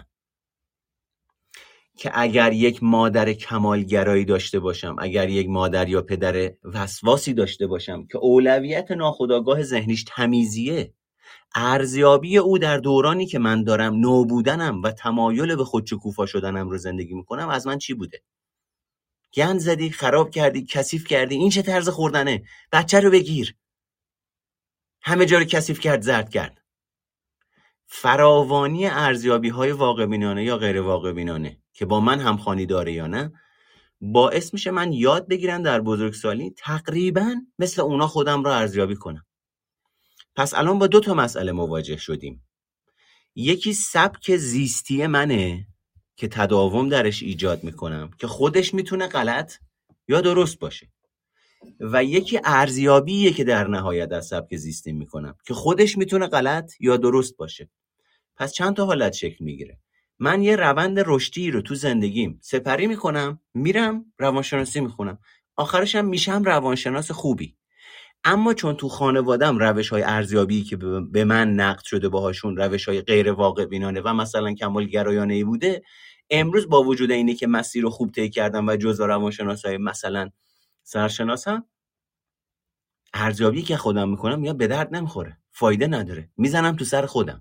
که اگر یک مادر کمالگرایی داشته باشم، اگر یک مادر یا پدر وسواسی داشته باشم که اولویت ناخودآگاه ذهنیش تمیزیه، ارزیابی او در دورانی که من دارم نوبودنم و تمایل به خودشکوفا شدنم رو زندگی میکنم از من چی بوده؟ گند زدی، خراب کردی، کثیف کردی، این چه طرز خوردنه؟ بچه رو بگیر، همه جا رو کثیف کرد، زرد کرد. فراوانی ارزیابی های واقع بینانه یا غیر واقع بینانه که با من همخوانی داره یا نه باعث میشه من یاد بگیرم در بزرگسالی تقریبا مثل اونا خودم رو ارزیابی کنم. پس الان با دو تا مسئله مواجه شدیم. یکی سبک زیستی منه که تداوم درش ایجاد میکنم که خودش میتونه غلط یا درست باشه، و یکی ارزیابیه که در نهایت از سبک زیستی میکنم که خودش میتونه غلط یا درست باشه. پس چند تا حالت شکل میگیره. من یه روند رشدی رو تو زندگیم سپری میکنم، میرم روانشناسی میخونم، آخرشم میشم روانشناس خوبی. اما چون تو خانوادم روش های ارزیابی که به من نقد شده باهاشون روش های غیر واقع بینانه و مثلا کمالگرایانه ای بوده، امروز با وجود اینه که مسیر رو خوب طی کردم و جزو روانشناسای مثلا سرشناسم، ارزیابی که خودم میکنم یا به درد نمیخوره، فایده نداره، میزنم تو سر خودم.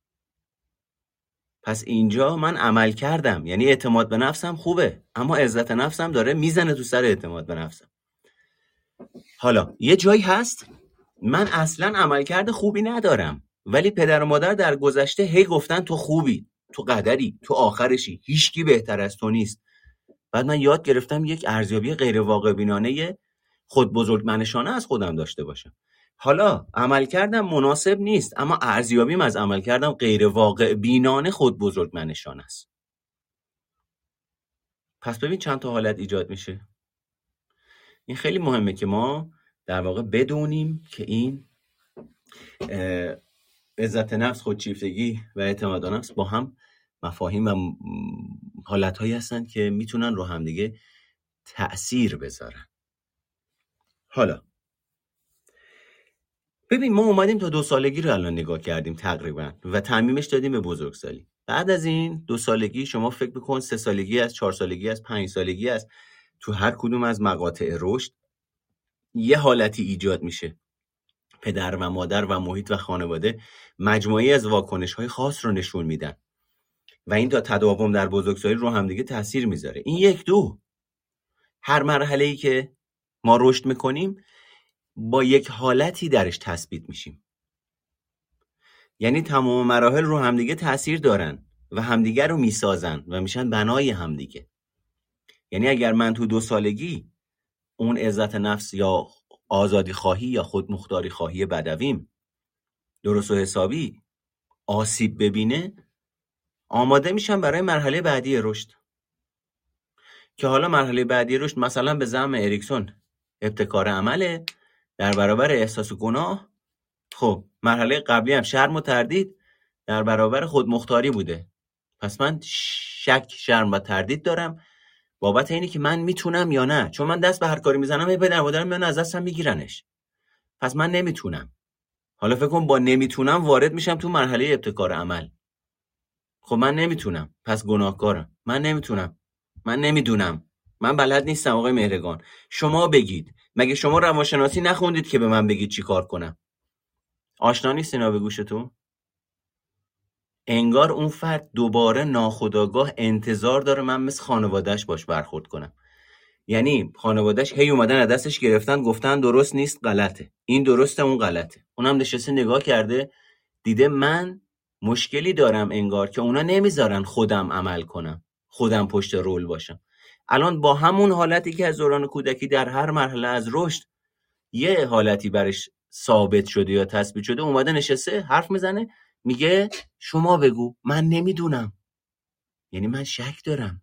پس اینجا من عمل کردم، یعنی اعتماد به نفسم خوبه اما عزت نفسم داره میزنه تو سر اعتماد به نفسم. حالا یه جایی هست من اصلا عملکرد خوبی ندارم ولی پدر و مادر در گذشته هی گفتن تو خوبی، تو قدری، تو آخرشی، هیچکی بهتر از تو نیست. بعد من یاد گرفتم یک ارزیابی غیر واقع بینانه خود بزرگمنشانه از خودم داشته باشم. حالا عملکردم مناسب نیست اما ارزیابیم از عملکردم غیر واقع بینانه خود بزرگمنشانه است. پس ببین چند تا حالت ایجاد میشه. این خیلی مهمه که ما در واقع بدونیم که این عزت نفس، خودشیفتگی و اعتماد به نفس با هم مفاهیم و حالت‌هایی هستن که میتونن رو هم دیگه تأثیر بذارن. حالا ببین ما اومدیم تا دو سالگی رو الان نگاه کردیم تقریبا و تعمیمش دادیم به بزرگسالی. بعد از این دو سالگی شما فکر بکن سه سالگی است، چهار سالگی است، پنج سالگی است، تو هر کدوم از مقاطع رشد یه حالتی ایجاد میشه. پدر و مادر و محیط و خانواده مجموعی از واکنش‌های خاص رو نشون میدن و این تا تداوم در بزرگسالی رو هم دیگه تاثیر میذاره. این یک دو هر مرحله‌ای که ما رشد میکنیم با یک حالتی درش تثبیت میشیم، یعنی تمام مراحل رو همدیگه تأثیر دارن و همدیگه رو میسازن و میشن بنای همدیگه. یعنی اگر من تو دو سالگی اون عزت نفس یا آزادی خواهی یا خودمختاری خواهی بدویم درست و حسابی آسیب ببینه، آماده میشم برای مرحله بعدی رشد که حالا مرحله بعدی رشد مثلا به زعم اریکسون ابتکار عمله در برابر احساس گناه. خب مرحله قبلی هم شرم و تردید در برابر خودمختاری بوده. پس من شک، شرم و تردید دارم بابت اینی که من میتونم یا نه، چون من دست به هر کاری میزنم پدر و مادرم میان از دستم میگیرنش. پس من نمیتونم. حالا فکر کن با نمیتونم وارد میشم تو مرحله ابتکار عمل. خب من نمیتونم، پس گناهکارم. من نمیتونم، من نمیدونم، من بلد نیستم. آقای مهرگان شما بگید، مگه شما روانشناسی نخوندید که به من بگید چی کار کنم؟ آشنا نیست اینا به گوشتون؟ انگار اون فرد دوباره ناخودآگاه انتظار داره من مثل خانوادهش باش برخورد کنم. یعنی خانوادهش هی اومدن از دستش گرفتن گفتن درست نیست، غلطه، این درسته، اون غلطه. اونم نشسته نگاه کرده دیده من مشکلی دارم انگار که اونا نمیذارن خودم عمل کنم، خودم پشت رول باشم. الان با همون حالتی که از دوران کودکی در هر مرحله از رشد یه حالتی برش ثابت شده یا تثبیت شده اومده نشسته حرف میزنه، میگه شما بگو، من نمیدونم. یعنی من شک دارم،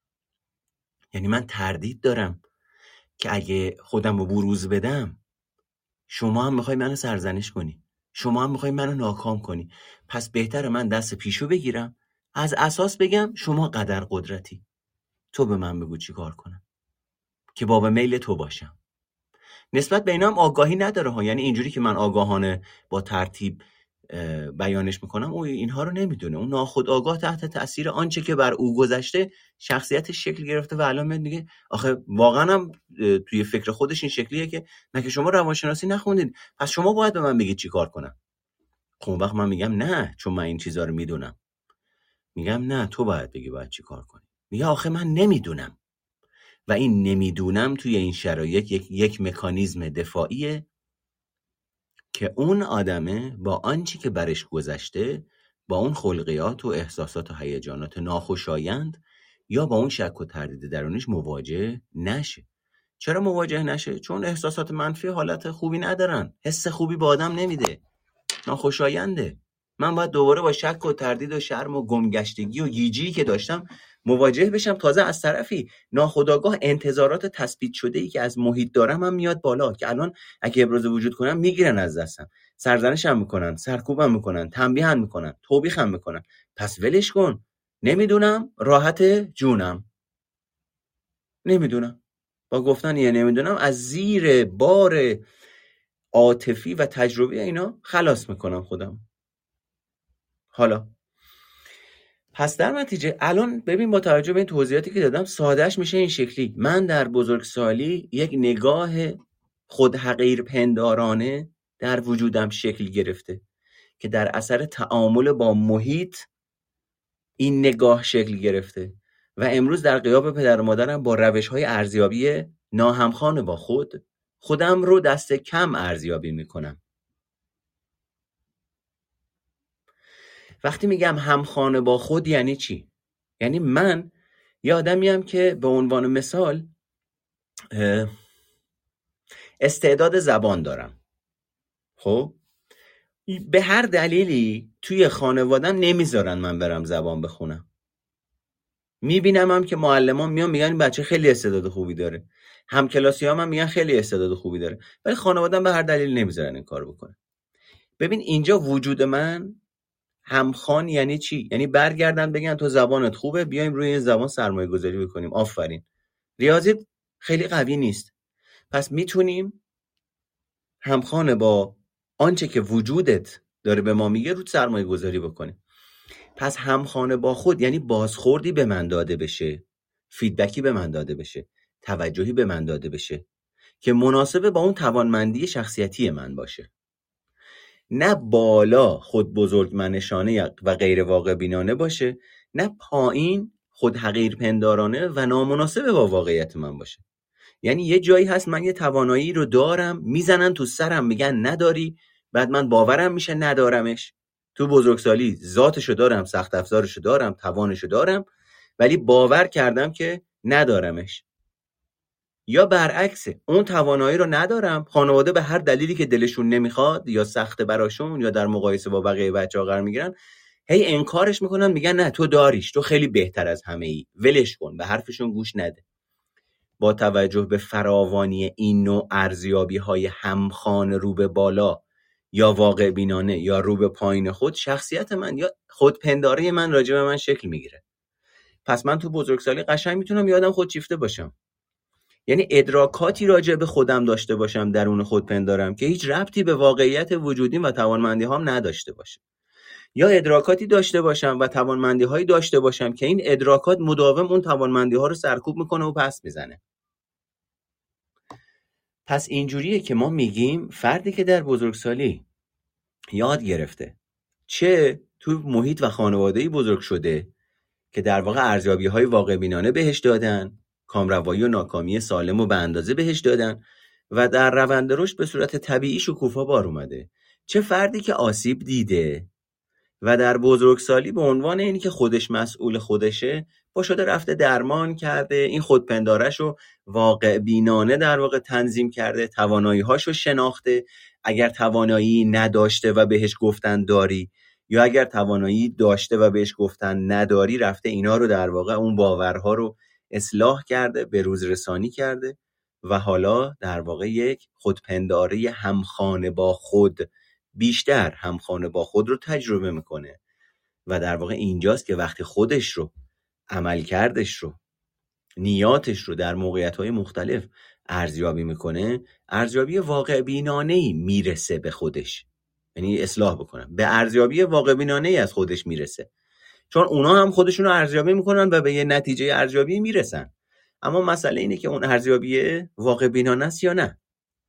یعنی من تردید دارم که اگه خودم رو بروز بدم شما هم میخوای منو سرزنش کنی، شما هم میخوای منو ناکام کنی. پس بهتره من دست پیشو بگیرم، از اساس بگم شما قدر قدرتی، تو به من بگو چی کار کنم که باب میل تو باشم. نسبت به اینا هم آگاهی نداره ها. یعنی اینجوری که من آگاهانه با ترتیب بیانش میکنم، او اینها رو نمیدونه. اون ناخودآگاه تحت تاثیر آنچه که بر او گذشته شخصیتش شکل گرفته و الان میاد میگه آخه واقعا هم توی فکر خودش این شکلیه که مگه شما روانشناسی نخوندید، پس شما باید به من بگید چی کار کنم. خب وقت من میگم نه، چون من این چیزا رو میدونم. میگم نه، تو باید بگی باید چی کار کنی. میگه آخه من نمیدونم. و این نمیدونم توی این شرایط یک یک مکانیزم دفاعیه که اون آدمه با آنچه که برش گذشته، با اون خلقیات و احساسات و هیجانات ناخوشایند یا با اون شک و تردید درونش مواجه نشه. چرا مواجه نشه؟ چون احساسات منفی حالت خوبی ندارن، حس خوبی به آدم نمیده، ناخوشاینده. من باید دوباره با شک و تردید و شرم و گمگشتگی و گیجی که داشتم مواجه بشم. تازه از طرفی ناخودآگاه انتظارات تثبیت شده ای که از محیط دارم هم میاد بالا که الان اگه ابراز وجود کنم میگیرن از دستم، سرزنشم میکنن، سرکوبم میکنن، تنبیهم میکنن، توبیخم میکنن. پس ولش کن، نمیدونم، راحت جونم، نمیدونم. با گفتن یه نمیدونم از زیر بار عاطفی و تجربی اینا خلاص میکنم خودم. حالا پس در نتیجه الان ببین، با توجه به این توضیحاتی که دادم سادهش میشه این شکلی: من در بزرگسالی یک نگاه خود حقیر پندارانه در وجودم شکل گرفته که در اثر تعامل با محیط این نگاه شکل گرفته و امروز در غیاب پدر و مادرم با روش‌های ارزیابی ناهمخوان با خود خودم رو دست کم ارزیابی میکنم. وقتی میگم همخوانه با خود یعنی چی؟ یعنی من یه آدمیم که به عنوان مثال استعداد زبان دارم. خب به هر دلیلی توی خانوادم نمیذارن من برم زبان بخونم. میبینم هم که معلمان میان میگن این بچه خیلی استعداد خوبی داره، همکلاسیام هم میگن خیلی استعداد خوبی داره، ولی خانوادم به هر دلیل نمیذارن این کار بکنه. ببین اینجا وجود من همخوان یعنی چی؟ یعنی برگردن بگن تو زبانت خوبه، بیایم روی این زبان سرمایه گذاری بکنیم، آفرین. ریاضیت خیلی قوی نیست، پس میتونیم همخوان با آنچه که وجودت داره به ما میگه رو سرمایه گذاری بکنیم. پس همخوانه با خود یعنی بازخوردی به من داده بشه، فیدبکی به من داده بشه، توجهی به من داده بشه که مناسب با اون توانمندی شخصیتی من باشه. نه بالا خود بزرگ منشانه و غیر واقع بینانه باشه، نه پایین خود حقیر پندارانه و نامناسب با واقعیت من باشه. یعنی یه جایی هست من یه توانایی رو دارم، میزنن تو سرم میگن نداری، بعد من باورم میشه ندارمش. تو بزرگسالی ذاتشو دارم، سخت افزارشو دارم، توانشو دارم، ولی باور کردم که ندارمش. یا برعکس، اون توانایی رو ندارم، خانواده به هر دلیلی که دلشون نمیخواد یا سخت براشون یا در مقایسه با بقیه بچه‌ها قرار میگیرن، هی انکارش میکنن، میگن نه تو داریش، تو خیلی بهتر از همه ای، ولش کن، به حرفشون گوش نده. با توجه به فراوانی این نوع ارزیابی های همخوان رو به بالا یا واقع بینانه یا رو به پایین خود، شخصیت من یا خودپنداری من راجع به من شکل میگیره. پس من تو بزرگسالی قشنگ میتونم یادم خودشیفته باشم، یعنی ادراکاتی راجع به خودم داشته باشم درون خودپندارم که هیچ ربطی به واقعیت وجودیم و توانمندی هام نداشته باشه، یا ادراکاتی داشته باشم و توانمندی هایی داشته باشم که این ادراکات مداوم اون توانمندی ها رو سرکوب میکنه و پس میزنه. پس اینجوریه که ما میگیم فردی که در بزرگسالی یاد گرفته، چه تو محیط و خانواده‌ای بزرگ شده که در واقع ارزیابی های واقع بینانه بهش دادن، کامروایی و ناکامی سالم و به اندازه بهش دادن و در روند رشد به صورت طبیعی شکوفا بار اومده، چه فردی که آسیب دیده و در بزرگسالی به عنوان اینی که خودش مسئول خودشه با شده رفته درمان کرده، این خودپندارش رو واقع بینانه در واقع تنظیم کرده، توانایی هاشو شناخته. اگر توانایی نداشته و بهش گفتن داری، یا اگر توانایی داشته و بهش گفتن نداری، رفته اینا رو در واقع اون باورها رو اصلاح کرده، به روز رسانی کرده و حالا در واقع یک خودپنداری همخانه با خود، بیشتر همخانه با خود رو تجربه میکنه. و در واقع اینجاست که وقتی خودش رو، عمل کردش رو، نیاتش رو در موقعیت‌های مختلف ارزیابی میکنه، ارزیابی واقع بینانه‌ای میرسه به خودش. یعنی اصلاح بکنم، به ارزیابی واقع بینانه‌ای از خودش میرسه، چون اونا هم خودشون رو ارزیابی میکنن و به یه نتیجه ارزیابی میرسن. اما مسئله اینه که اون ارزیابی واقع بینانه است یا نه.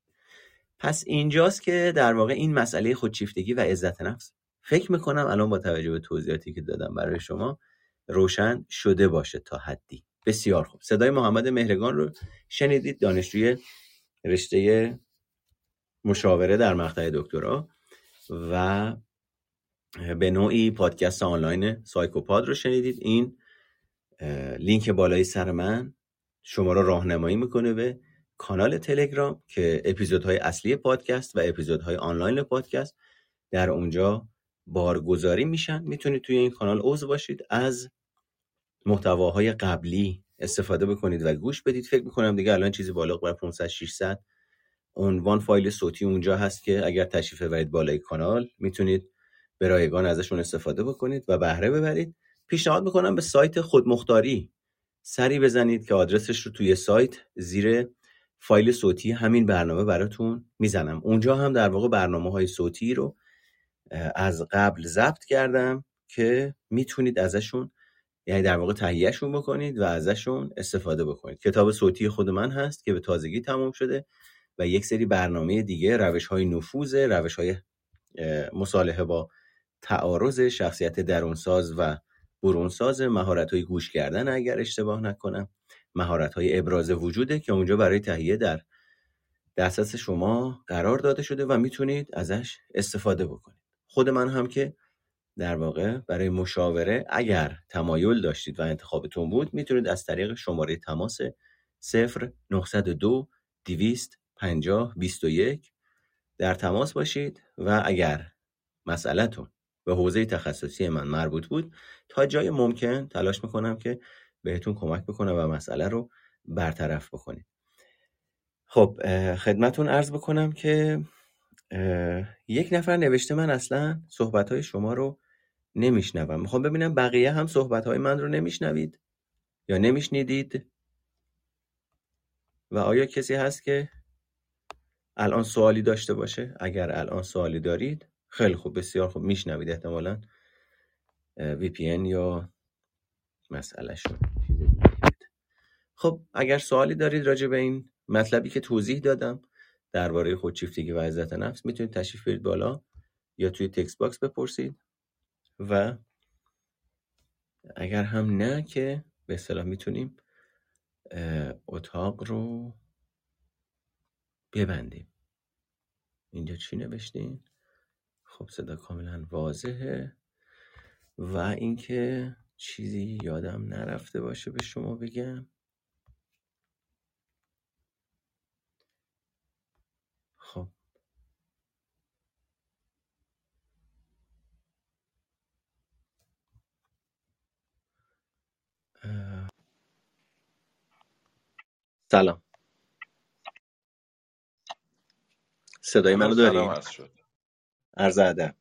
پس اینجاست که در واقع این مسئله خودشیفتگی و عزت نفس، فکر میکنم الان با توجه به توضیحاتی که دادم برای شما روشن شده باشه تا حدی. بسیار خوب. صدای محمد مهرگان رو شنیدید، دانشجوی رشته مشاوره در مقطع دکترا و به نوعی پادکست آنلاین سایکوپاد رو شنیدید. این لینک بالای سر من شما رو راهنمایی میکنه به کانال تلگرام که اپیزودهای اصلی پادکست و اپیزودهای آنلاین پادکست در اونجا بارگذاری میشن. میتونید توی این کانال عضو باشید، از محتواهای قبلی استفاده بکنید و گوش بدید. فکر میکنم دیگه الان چیزی بالغ بر پانصد ششصد عنوان فایل صوتی اونجا هست که اگر تشریف ببرید بالای کانال میتونید به رایگان ازشون استفاده بکنید و بهره ببرید. پیشنهاد میکنم به سایت خودمختاری سری بزنید که آدرسش رو توی سایت زیر فایل صوتی همین برنامه براتون میزنم. اونجا هم در واقع برنامه‌های صوتی رو از قبل ضبط کردم که میتونید ازشون، یعنی در واقع تهیهشون بکنید و ازشون استفاده بکنید. کتاب صوتی خود من هست که به تازگی تمام شده و یک سری برنامه دیگه، روش‌های نفوذ، روش‌های مصالحه با تعارض، شخصیت درونساز و برونساز، مهارت‌های گوش کردن اگر اشتباه نکنم، مهارت‌های ابراز وجوده که اونجا برای تهیه در دسترس شما قرار داده شده و میتونید ازش استفاده بکنید. خود من هم که در واقع برای مشاوره اگر تمایل داشتید و انتخابتون بود، میتونید از طریق شماره تماس صفر نه دو دویست پنجاه بیست و یک در تماس باشید و اگر مسئله‌تون به حوزه تخصصی من مربوط بود، تا جای ممکن تلاش میکنم که بهتون کمک بکنم و مسئله رو برطرف بکنید. خب خدمتون عرض بکنم که یک نفر نوشته من اصلا صحبت‌های شما رو نمیشنوم. میخوام ببینم بقیه هم صحبت‌های من رو نمیشنوید یا نمیشنیدید و آیا کسی هست که الان سوالی داشته باشه؟ اگر الان سوالی دارید خیلی خوب، بسیار خوب، میشنوید احتمالاً وی پی ان یا مسئله شو. خب اگر سوالی دارید راجع به این مطلبی که توضیح دادم درباره خودشیفتگی و عزت نفس، میتونید تشریف برید بالا یا توی تکست باکس بپرسید و اگر هم نه که به اصطلاح میتونیم اتاق رو ببندیم. اینجا چی نوشتین؟ خب صدا کاملا واضحه و اینکه چیزی یادم نرفته باشه به شما بگم. خب سلام، صدای منو دارین؟ عرض ادب.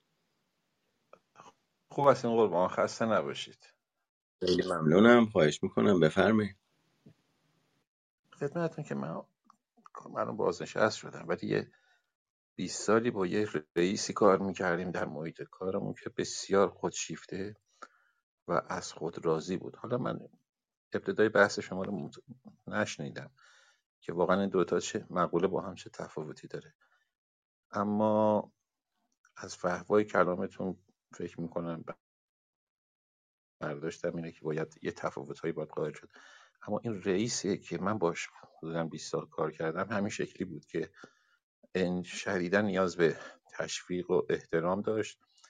خوب است این قربان، خسته نباشید. خیلی ممنونم، خواهش میکنم، بفرمایید. خدمتتون که من من بازنشسته شدم ولی یه بیست سالی با یه رئیسی کار میکردیم در محیط کارمون که بسیار خودشیفته و از خود راضی بود. حالا من ابتدای بحث شما رو نشنیدم که واقعا این دوتا چه مقوله با هم چه تفاوتی داره، اما از فحوای کلامتون فکر میکنم برداشتم اینه که باید یه تفاوت‌هایی باید قائل شد. اما این رئیسی که من باش حدوداً بیست سال کار کردم همین شکلی بود که این شدیداً نیاز به تشویق و احترام داشت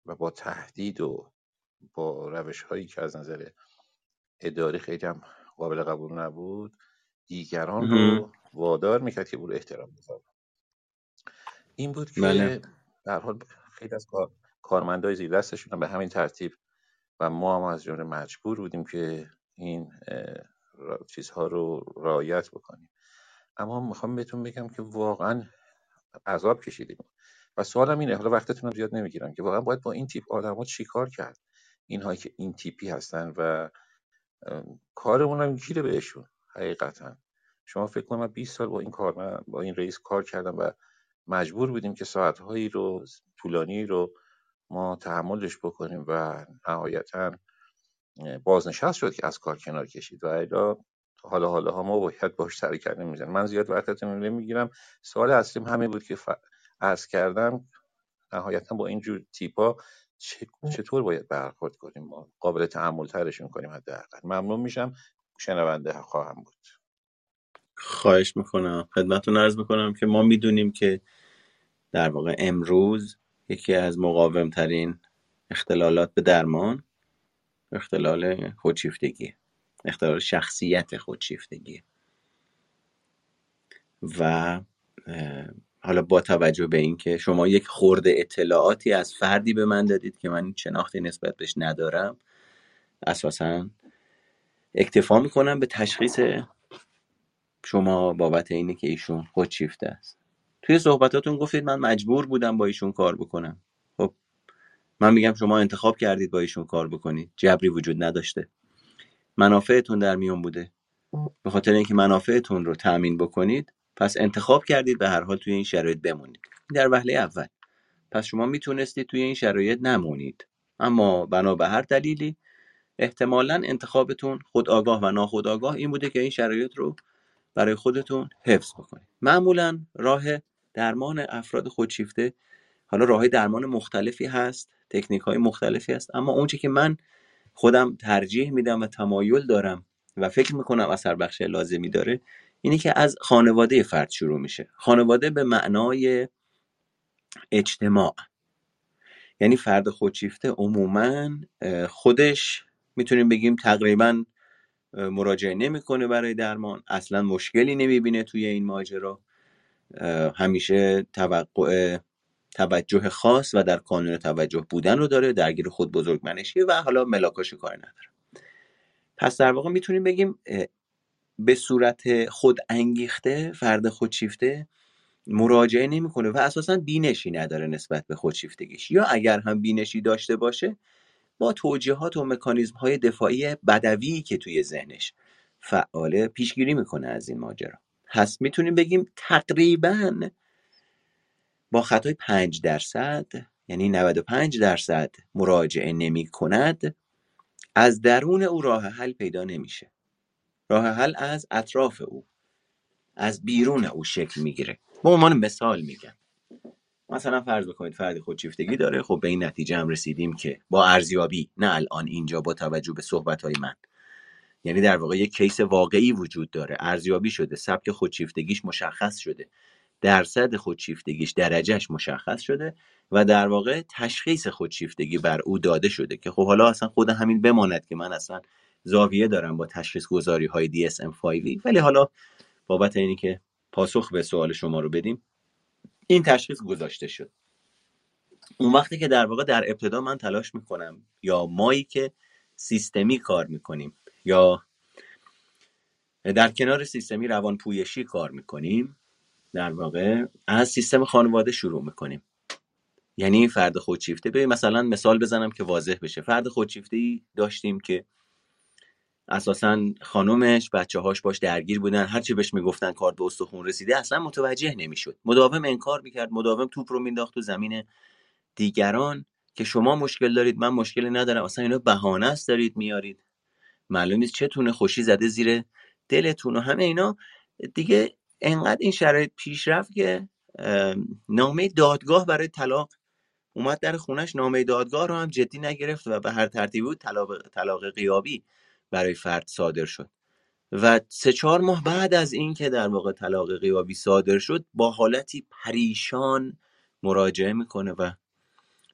و با تهدید و با روش هایی که از نظر اداری خیلی هم قابل قبول نبود دیگران مهم. رو وادار میکرد که او رو احترام بذارن. این بود بله. که در حال خیلی از کار کارمندای زیر دستشون هم به همین ترتیب و ما هم از جمله مجبور بودیم که این اه، را- چیزها رو رعایت بکنیم. اما میخوام بهتون بگم که واقعا عذاب کشیدیم و سوالم اینه، حالا وقتتون رو زیاد نمیگیرم، که واقعا باید با این تیپ آدما چیکار کرد، اینهایی که این تیپی هستن و اه، کارمون هم گیره بهشون. حقیقتا شما فکر کنم من بیست سال با این کار من با این رئیس کار کردم و مجبور بودیم که ساعتهایی رو طولانی رو ما تحملش بکنیم و نهایتا بازنشست شد که از کار کنار کشید و الا حالا حالا ها ما باید باش سر کله میزنیم. من زیاد وقتتون رو نمیگیرم. سوال اصلیم همین بود که ف... عرض کردم نهایتا با اینجور تیپا چطور باید برخورد کنیم، ما قابل تحمل ترشون کنیم حداقل. ممنون میشم، شنونده خواهم بود. خواهش میکنم، خدمتتون عرض میکنم که ما میدونیم که در واقع امروز یکی از مقاومترین اختلالات به درمان اختلال خودشیفتگی، اختلال شخصیت خودشیفتگی و حالا با توجه به این که شما یک خورده اطلاعاتی از فردی به من دادید که من شناختی نسبت بهش ندارم، اساساً اکتفا میکنم به تشخیص شما بابت اینه که ایشون خودشیفته است. توی صحبتاتون گفتید من مجبور بودم با ایشون کار بکنم. خب من میگم شما انتخاب کردید با ایشون کار بکنید، جبری وجود نداشته، منافعتون در میون بوده. به خاطر اینکه منافعتون رو تأمین بکنید پس انتخاب کردید به هر حال توی این شرایط بمونید. در وهله اول پس شما میتونستید توی این شرایط نمونید، اما بنا به هر دلیلی احتمالاً انتخابتون خودآگاه و ناخودآگاه این بوده که این شرایط رو برای خودتون حفظ بکنید. معمولاً راه درمان افراد خودشیفته، حالا راههای درمان مختلفی هست، تکنیک‌های مختلفی هست، اما اونچه که من خودم ترجیح میدم و تمایل دارم و فکر میکنم اثر بخش لازمی داره اینی که از خانواده فرد شروع میشه. خانواده به معنای اجتماع، یعنی فرد خودشیفته عموماً خودش میتونیم بگیم تقریباً مراجعه نمیکنه برای درمان، اصلا مشکلی نمیبینه توی این ماجرا، همیشه توقع توجه خاص و در کانون توجه بودن رو داره، درگیر خود بزرگمنشی و حالا ملاکاشو کار نداره. پس در واقع میتونیم بگیم به صورت خود انگیخته فرد خودشیفته مراجعه نمیکنه و اساسا بینشی نداره نسبت به خودشیفتگیش، یا اگر هم بینشی داشته باشه با توجیهات و مکانیزم های دفاعی بدوی که توی ذهنش فعاله پیشگیری میکنه از این ماجرا. پس میتونیم بگیم تقریباً با خطای پنج درصد، یعنی نود و پنج درصد مراجعه نمی کند، از درون او راه حل پیدا نمیشه. راه حل از اطراف او، از بیرون او شکل میگیره. به عنوان مثال میگم، مثلا فرض بکنید فردی خودشیفتگی داره، خب به این نتیجه هم رسیدیم که با ارزیابی، نه الان اینجا با توجه به صحبت‌های من، یعنی در واقع یک کیس واقعی وجود داره، ارزیابی شده، سبک خودشیفتگیش مشخص شده، درصد خودشیفتگیش درجهش مشخص شده و در واقع تشخیص خودشیفتگی بر او داده شده که خب حالا اصلا خود همین بماند که من اصلا زاویه دارم با تشخیص گذاری های دی اس ام فایو، ولی حالا بابت اینی که پاسخ به سوال شما رو بدیم این تشخیص گذاشته شد. اون وقتی که در واقع در ابتدا من تلاش میکنم، یا مایی که سیستمی کار میکنیم یا در کنار سیستمی روانپویشی کار میکنیم، در واقع از سیستم خانواده شروع میکنیم. یعنی این فرد خودشیفته، به مثلا مثال بزنم که واضح بشه، فرد خودشیفته‌ای داشتیم که اساساً خانومش بچه هاش باش درگیر بودن، هرچی بهش میگفتن کار به استخون رسیده اصلا متوجه نمیشد، مداوم انکار میکرد، مداوم توپ رو مینداخت تو زمین دیگران که شما مشکل دارید من مشکلی ندارم، اصلا اینا بهانه است دارید میارید، معلوم نیست چتونه خوشی زده زیر دلتون و همه اینا دیگه. انقدر این شرایط پیش رفت که نامه دادگاه برای طلاق اومد در خونش، نامه دادگاه رو هم جدی نگرفت و به هر ترتیبی بود طلاق طلاق غیابی برای فرد صادر شد و سه چهار ماه بعد از این که در واقع طلاق غیابی صادر شد با حالتی پریشان مراجعه میکنه و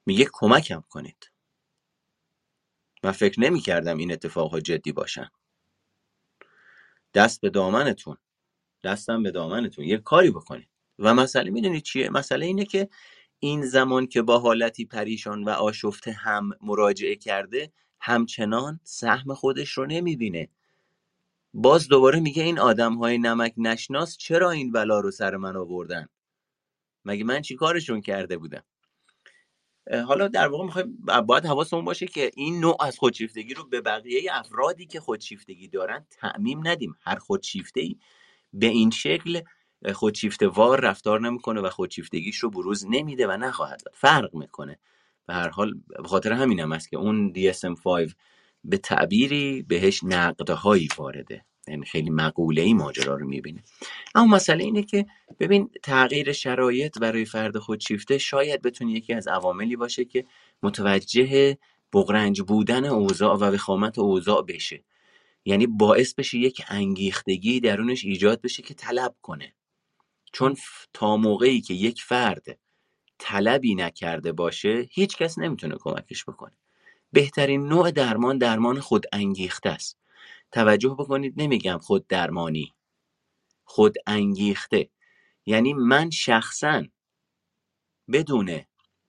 میگه کمکم کنید. من فکر نمی کردم این اتفاقها جدی باشن. دست به دامنتون، دستم به دامنتون، یه کاری بکنید. و مسئله میدونید چیه؟ مسئله اینه که این زمان که با حالتی پریشان و آشفته هم مراجعه کرده، همچنان سهم خودش رو نمیبینه. باز دوباره میگه این آدمهای نمک نشناس چرا این بلا رو سر من آوردن؟ مگه من چی کارشون کرده بودم؟ حالا در واقع میخوایم باید حواسمون باشه که این نوع از خودشیفتگی رو به بقیه افرادی که خودشیفتگی دارن تعمیم ندیم. هر خودشیفته‌ای به این شکل خودشیفته وار رفتار نمیکنه و خودشیفتگیش رو بروز نمیده و نخواهد داد. فرق میکنه. به هر حال به خاطر همین هم است که اون دی اس ام پنج به تعبیری بهش نقدهایی وارده، یعنی خیلی مقوله‌ای ماجرا رو میبینه. اما مسئله اینه که ببین، تغییر شرایط برای فرد خودشیفته شاید بتونه یکی از عواملی باشه که متوجه بغرنج بودن اوضاع و وخامت اوضاع بشه. یعنی باعث بشه یک انگیختگی درونش ایجاد بشه که طلب کنه. چون تا موقعی که یک فرد طلبی نکرده باشه، هیچ کس نمیتونه کمکش بکنه. بهترین نوع درمان درمان خود انگیخته است. توجه بکنید، نمیگم خود درمانی، خود انگیخته. یعنی من شخصا بدون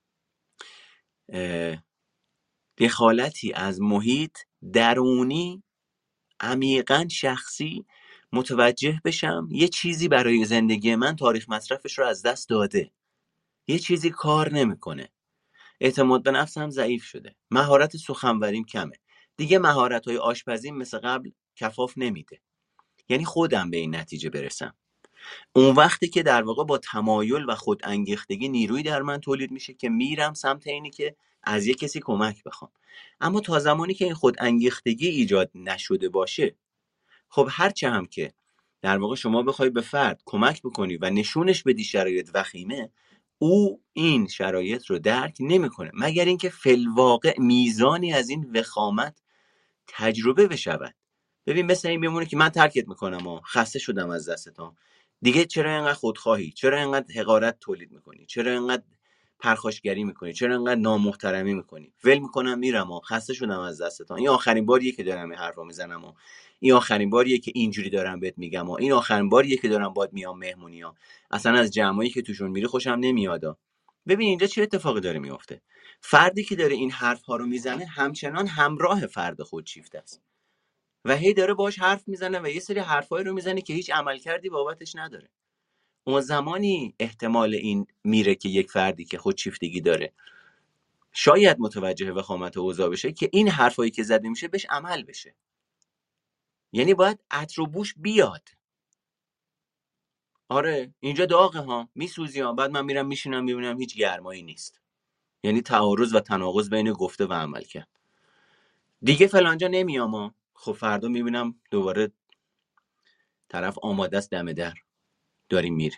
دخالتی از محیط درونی عمیقاً شخصی متوجه بشم یه چیزی برای زندگی من تاریخ مصرفش رو از دست داده، یه چیزی کار نمیکنه، اعتماد به نفسم ضعیف شده، مهارت سخنوریم کمه، دیگه مهارت‌های آشپزیم مثل قبل کفاف نمیده. یعنی خودم به این نتیجه برسم. اون وقتی که در واقع با تمایل و خود انگیختگی نیروی در من تولید میشه که میرم سمت اینی که از یک کسی کمک بخوام. اما تا زمانی که این خود انگیختگی ایجاد نشده باشه، خب هرچه هم که در واقع شما بخوای به فرد کمک بکنی و نشونش بدی شرایط وخیمه، او این شرایط رو درک نمیکنه مگر اینکه فی‌الواقع میزانی از این وخامت تجربه بشود. ببین مثل این میمونه که من ترکت میکنم و خسته شدم از دستتون، دیگه چرا اینقدر خودخواهی، چرا اینقدر حقارت تولید میکنی، چرا اینقدر پرخاشگری میکنی، چرا اینقدر نامحترمی میکنی؟ ول میکنم میرم و خسته شدم از دستتون، این آخرین باریه که دارم این حرفا میزنم و این آخرین باریه که اینجوری دارم بهت میگم و این آخرین باریه که دارم باهات میام مهمونی ها، اصلا از جمعایی که توشون میری خوشم نمیاد. ببین اینجا چه اتفاقی داره میفته؟ فردی که داره این حرف ها رو میزنه همچنان همراه فرد خودشیفته است و هی داره باش حرف میزنه و یه سری حرفایی رو میزنه که هیچ عملکردی بابتش نداره. اون زمانی احتمال این میره که یک فردی که خودشیفتگی داره شاید متوجه وخامت اوضاع بشه که این حرفایی که زده میشه بهش عمل بشه. یعنی باید عطر و بوش بیاد. آره اینجا داغه ها، میسوزی ها، بعد من میرم میشینم میبینم هیچ گرمایی نیست. یعنی تعارض و تناقض بین گفته و عمل کرد. دیگه فلانجا نمیام ها. خب فردا میبینم دوباره طرف آماده است دم در، داریم میریم.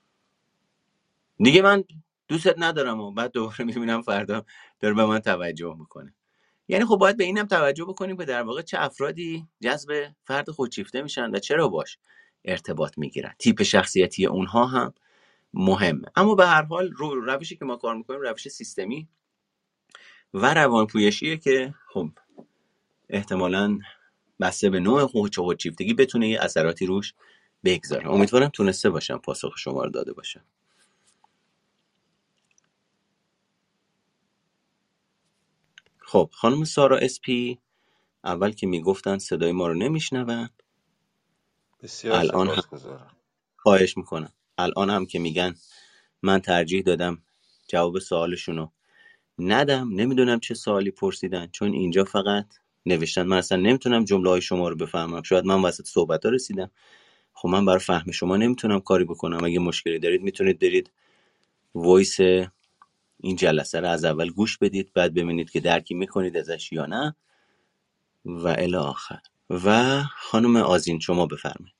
دیگه من دوستت ندارم و بعد دوباره میبینم فردا داره به من توجه میکنه. یعنی خب باید به اینم توجه بکنیم که در واقع چه افرادی جذب فرد خودشیفته میشن و چرا باش ارتباط میگیرن. تیپ شخصیتی اونها هم مهمه. اما به هر حال رو روشی که ما کار میکنیم روش سیستمی و روانپویشیه که خب احتمالاً بسته به نوع خودشیفتگی بتونه یه اثراتی روش بگذاره. امیدوارم تونسته باشم پاسخ شما رو داده باشم. خب خانم سارا اسپی، اول که میگفتن صدای ما رو نمیشنون، بسیار الان هم سپاسگزارم. خواهش میکنم، الان هم که میگن من ترجیح دادم جواب سوالشونو ندم. نمیدونم چه سوالی پرسیدن، چون اینجا فقط نوشتن، من اصلا نمیتونم جمله های شما رو بفهمم. شاید من وسط صحبت ها رسیدم، خب من برای فهم شما نمیتونم کاری بکنم. اگه مشکلی دارید میتونید برید وایس این جلسه رو از اول گوش بدید، بعد ببینید که درکی میکنید ازش یا نه و الی آخر. و خانم آذین شما بفرمایید.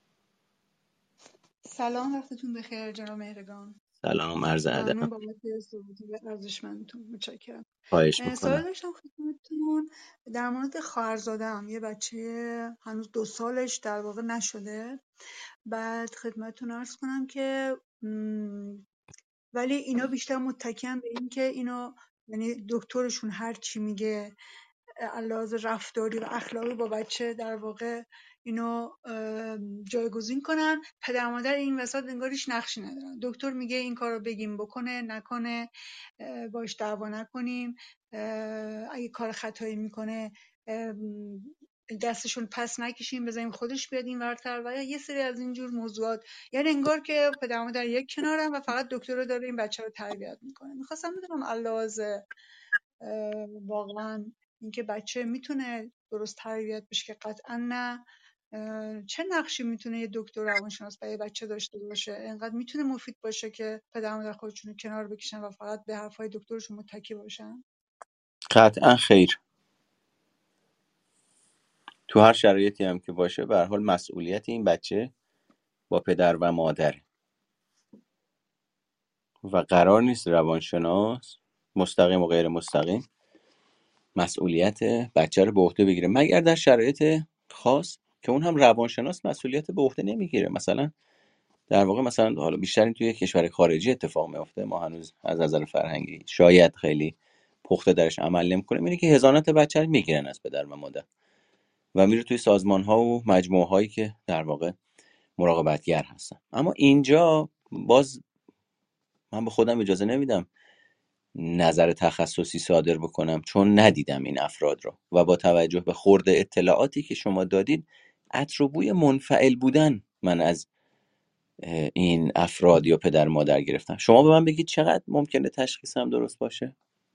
سلام، وقتتون بخیر جناب مهرگان. سلام، عرض ادب. ممنون بابت صحبت ارزشمندتون، متشکرم. خواهش اه، سوال میکنم. داشتم خدمتتون در مورد خواهرزاده‌ام، یه بچه هنوز دو سالش در واقع نشده. بعد خدمتتون عرض کنم که م، ولی اینا بیشتر متکیان به این که اینو یعنی دکترشون هر چی میگه لحاظ رفتاری و اخلاقی با بچه در واقع اینو جایگزین کنن. پدر مادر این وسط انگار هیچ نقشی ندارن. دکتر میگه این کارو بگیم بکنه، نکنه باش دعوا نکنیم، اگه کار خطایی میکنه دستشون پس نکشیم بذاریم خودش بیاد این ورتر و یه سری از اینجور موضوعات. یعنی انگار که پدر مادر یک کنارن و فقط دکتر رو داره این بچه رو تربیت میکنه. میخواستم بدونم علاوه واقعا اینکه بچه میتونه درست تربیت بشه که قطعا نه، چه نقشی میتونه یه دکتر روانشناس برای بچه داشته باشه؟ اینقدر میتونه مفید باشه که پدر مادر خودشون رو کنار بکشن و فقط به حرفای دکترشون متکی باشن؟ قطعا خیر. تو هر شرایطی هم که باشه به هر حال مسئولیت این بچه با پدر و مادر و قرار نیست روانشناس مستقیم و غیر مستقیم مسئولیت بچه رو به عهده بگیره، مگر در شرایط خاص که اون هم روانشناس مسئولیت به عهده نمیگیره. مثلا در واقع مثلا حالا بیشتر این توی کشور خارجی اتفاق میفته، ما هنوز از نظر فرهنگی شاید خیلی پخته درش عمل نمیکنیم، اینه که حضانت بچه رو میگیرن از پدر و مادر و میره توی سازمان ها و مجموعه هایی که در واقع مراقبتگر هستن. اما اینجا باز من به خودم اجازه نمیدم نظر تخصصی صادر بکنم چون ندیدم این افراد رو و با توجه به خورده اطلاعاتی که شما دادید عطر و بوی منفعل بودن من از این افراد یا پدر مادر گرفتم. شما به من بگید چقدر ممکنه تشخیصم درست باشه؟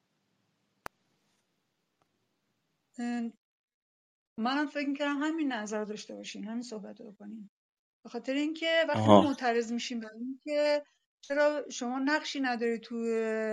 منم فکر میکردم همین نظر داشته باشین، همین صحبت رو کنین، به خاطر اینکه وقتی ما آها. معترض میشیم برای اینکه چرا شما نقشی نداری تو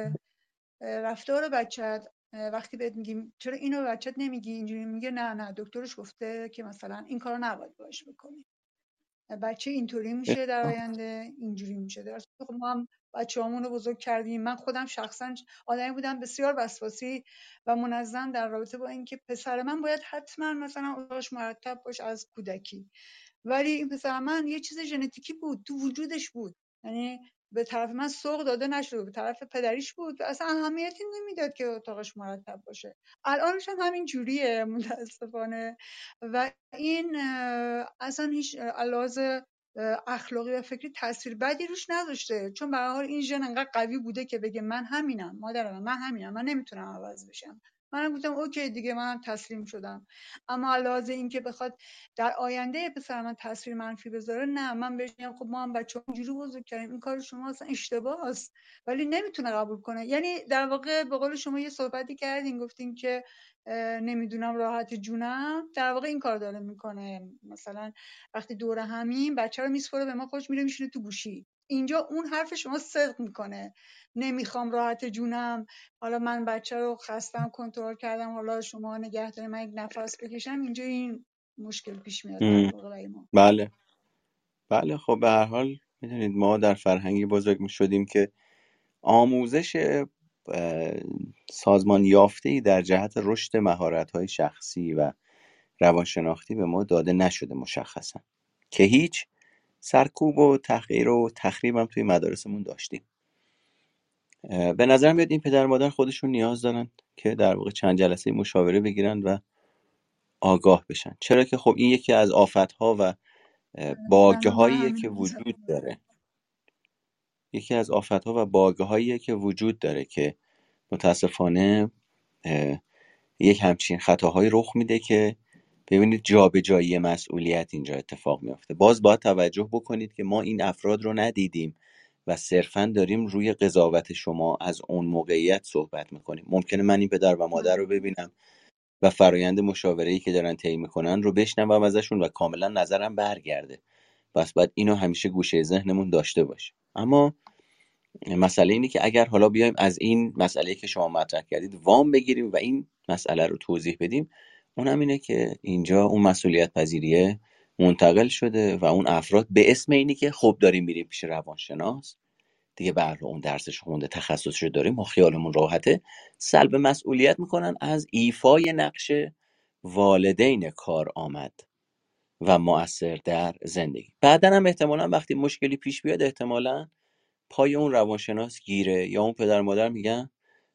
رفتار بچت، وقتی بهت میگیم چرا اینو به بچت نمیگی اینجوری، میگه نه نه دکترش گفته که مثلا این کارو نباید باش بکنی، بچه اینطوری میشه در آینده اینجوری میشه. در صورتی که ما هم بچه‌هامون رو بزرگ کردیم. من خودم شخصا آدمی بودم بسیار وسواسی و منظم در رابطه با اینکه پسر من باید حتما مثلا اتاقش مرتب باشه از کودکی، ولی این پسر من یه چیز ژنتیکی بود تو وجودش بود، یعنی به طرف من سوق داده نشده، به طرف پدریش بود و اصلا اهمیتی نمیداد که اتاقش مرتب باشه. الانش هم همین جوریه متاسفانه و این اصلا هیچ علاوه اخلاقی و فکری تاثیر بدی روش نذاشته، چون به هر حال این ژن انقدر قوی بوده که بگه من همینم، مادر من من همینم، من نمیتونم عوض بشم. منم گفتم اوکی دیگه، منم تسلیم شدم. اما علاوه این که بخواد در آینده پسر من تاثیر منفی بذاره، نه، من بهش میگم خب ما هم بچه‌ها اینجوری بزرگ کردیم، این کار شما اصلا اشتباه است، ولی نمیتونه قبول کنه. یعنی در واقع به قول شما یه صحبتی کردین، گفتین که نمیدونم راحت جونم، در واقع این کار داره میکنه. مثلا وقتی دور همین بچه رو میسپره به ما، خودش میره میشینه تو گوشی، اینجا اون حرف شما صدق میکنه، نمیخوام راحت جونم، حالا من بچه رو خستم کنترل کردم، حالا شما نگه دارید من یک نفس بکشم، اینجا این مشکل پیش میاد در واقع برای ما. بله بله. خب به هر حال میدونید ما در فرهنگی بزرگ میشدیم که آموزش سازمان یافته‌ای در جهت رشد مهارت‌های شخصی و روانشناختی به ما داده نشده مشخصا، که هیچ سرکوب و تحقیر و تخریب هم توی مدارسمون داشتیم. به نظر میاد این پدر مادر خودشون نیاز دارن که در واقع چند جلسه مشاوره بگیرن و آگاه بشن، چرا که خب این یکی از آفت‌ها و باگه‌هاییه که وجود داره یکی از آفت‌ها و باگه‌هاییه که وجود داره که متاسفانه یک همچین خطاهایی رخ میده که ببینید جابجایی مسئولیت اینجا اتفاق میفته. باز باید توجه بکنید که ما این افراد رو ندیدیم و صرفاً داریم روی قضاوت شما از اون موقعیت صحبت میکنیم. ممکنه من این پدر و مادر رو ببینم و فرایند مشاوره‌ای که دارن طی میکنن رو بشنوم ازشون و کاملا نظرم برگرده، بس باید اینو همیشه گوشه ذهنمون داشته باشه. اما مسئله اینه که اگر حالا بیایم از این مسئله که شما مطرح کردید وام بگیریم و این مسئله رو توضیح بدیم، اونم اینه که اینجا اون مسئولیت پذیریه منتقل شده و اون افراد به اسم اینی که خب داریم میریم پیش روانشناس دیگه، به هر حال اون درسش خونده، تخصصش داریم، ما خیالمون راحته، سلب مسئولیت میکنن از ایفای نقش والدین کار آمد و مؤثر در زندگی. بعداً هم احتمالاً وقتی مشکلی پیش بیاد احتمالاً پای اون روانشناس گیره یا اون پدر مادر میگن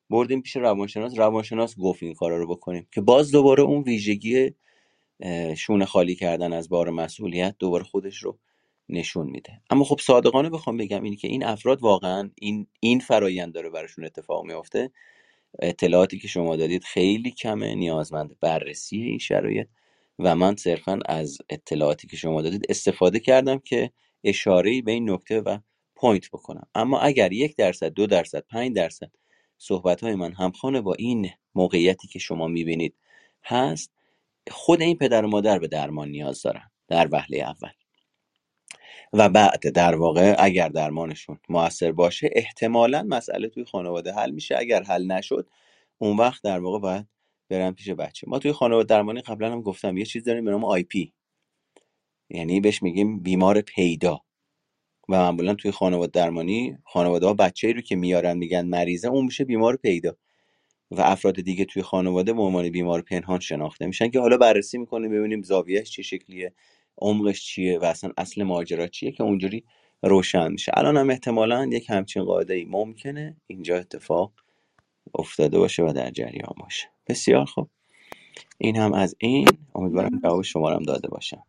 بردیم پیش روانشناس، روانشناس گفت این کارا رو بکنیم، که باز دوباره اون ویژگی شونه خالی کردن از بار مسئولیت دوباره خودش رو نشون میده. اما خب صادقانه بخوام بگم اینی که این افراد واقعا این این فرایند داره براشون اتفاق میفته. اطلاعاتی که شما دادید خیلی کمه، نیازمند بررسی این شرایط و من صرفا از اطلاعاتی که شما دادید استفاده کردم که اشاره‌ای به این نکته و پوینت بکنم. اما اگر یک درصد، دو درصد، پنج درصد صحبت‌های من همخوانه با این موقعیتی که شما میبینید هست، خود این پدر و مادر به درمان نیاز دارن در وهله اول و بعد در واقع اگر درمانشون موثر باشه احتمالاً مسئله توی خانواده حل میشه. اگر حل نشد اون وقت در واقع باید برن پیش بچه. ما توی خانواده درمانی قبلا هم گفتم یه چیز داریم به نام آی پی، یعنی بهش میگیم بیمار پیدا، و معمولا توی خانواده درمانی خانواده ها بچه‌ای رو که میارن میگن مریضه، اون میشه بیمار پیدا و افراد دیگه توی خانواده به عنوان بیمار پنهان شناخته میشن که حالا بررسی میکنیم ببینیم زاویهش چه شکلیه، عمقش چیه و اصلا اصل ماجرا چیه، که اونجوری روشن میشه. الان هم احتمالاً یک همچین قاعده‌ای ممکنه اینجا اتفاق افتاده باشه و در جریان باشه. بسیار خوب، این هم از این. امیدوارم جواب شما رو هم داده باشم.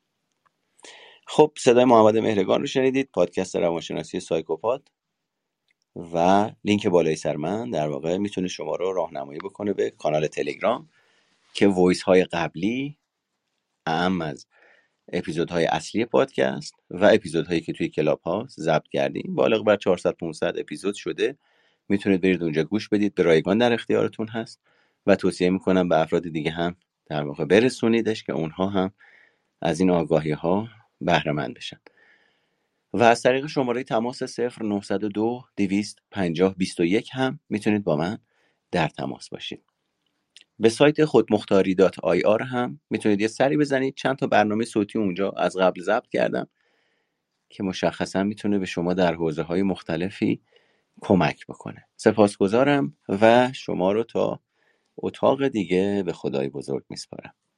خب صدای محمد مهرگان رو شنیدید، پادکست روانشناسی سایکوپات، و لینک بالای سر من در واقع میتونه شما رو راهنمایی بکنه به کانال تلگرام که وایس های قبلی اهم از اپیزودهای اصلی پادکست و اپیزودهایی که توی کلاب ها ضبط کردیم بالغ بر چهارصد پانصد اپیزود شده، میتونید برید اونجا گوش بدید، به رایگان در اختیارتون هست و توصیه میکنم به افراد دیگه هم در واقع برسونیدش که اونها هم از این آگاهی ها بهره مند بشن. و از طریق شماره تماس صفر نهصد و دو دویست پنجاه بیست و یک هم میتونید با من در تماس باشید. به سایت خودمختاری دات آی آر هم میتونید یه سری بزنید، چند تا برنامه صوتی اونجا از قبل ضبط کردم که مشخصا میتونه به شما در حوزه‌های مختلفی کمک بکنه. سپاسگزارم و شما رو تا اتاق دیگه به خدای بزرگ میسپارم.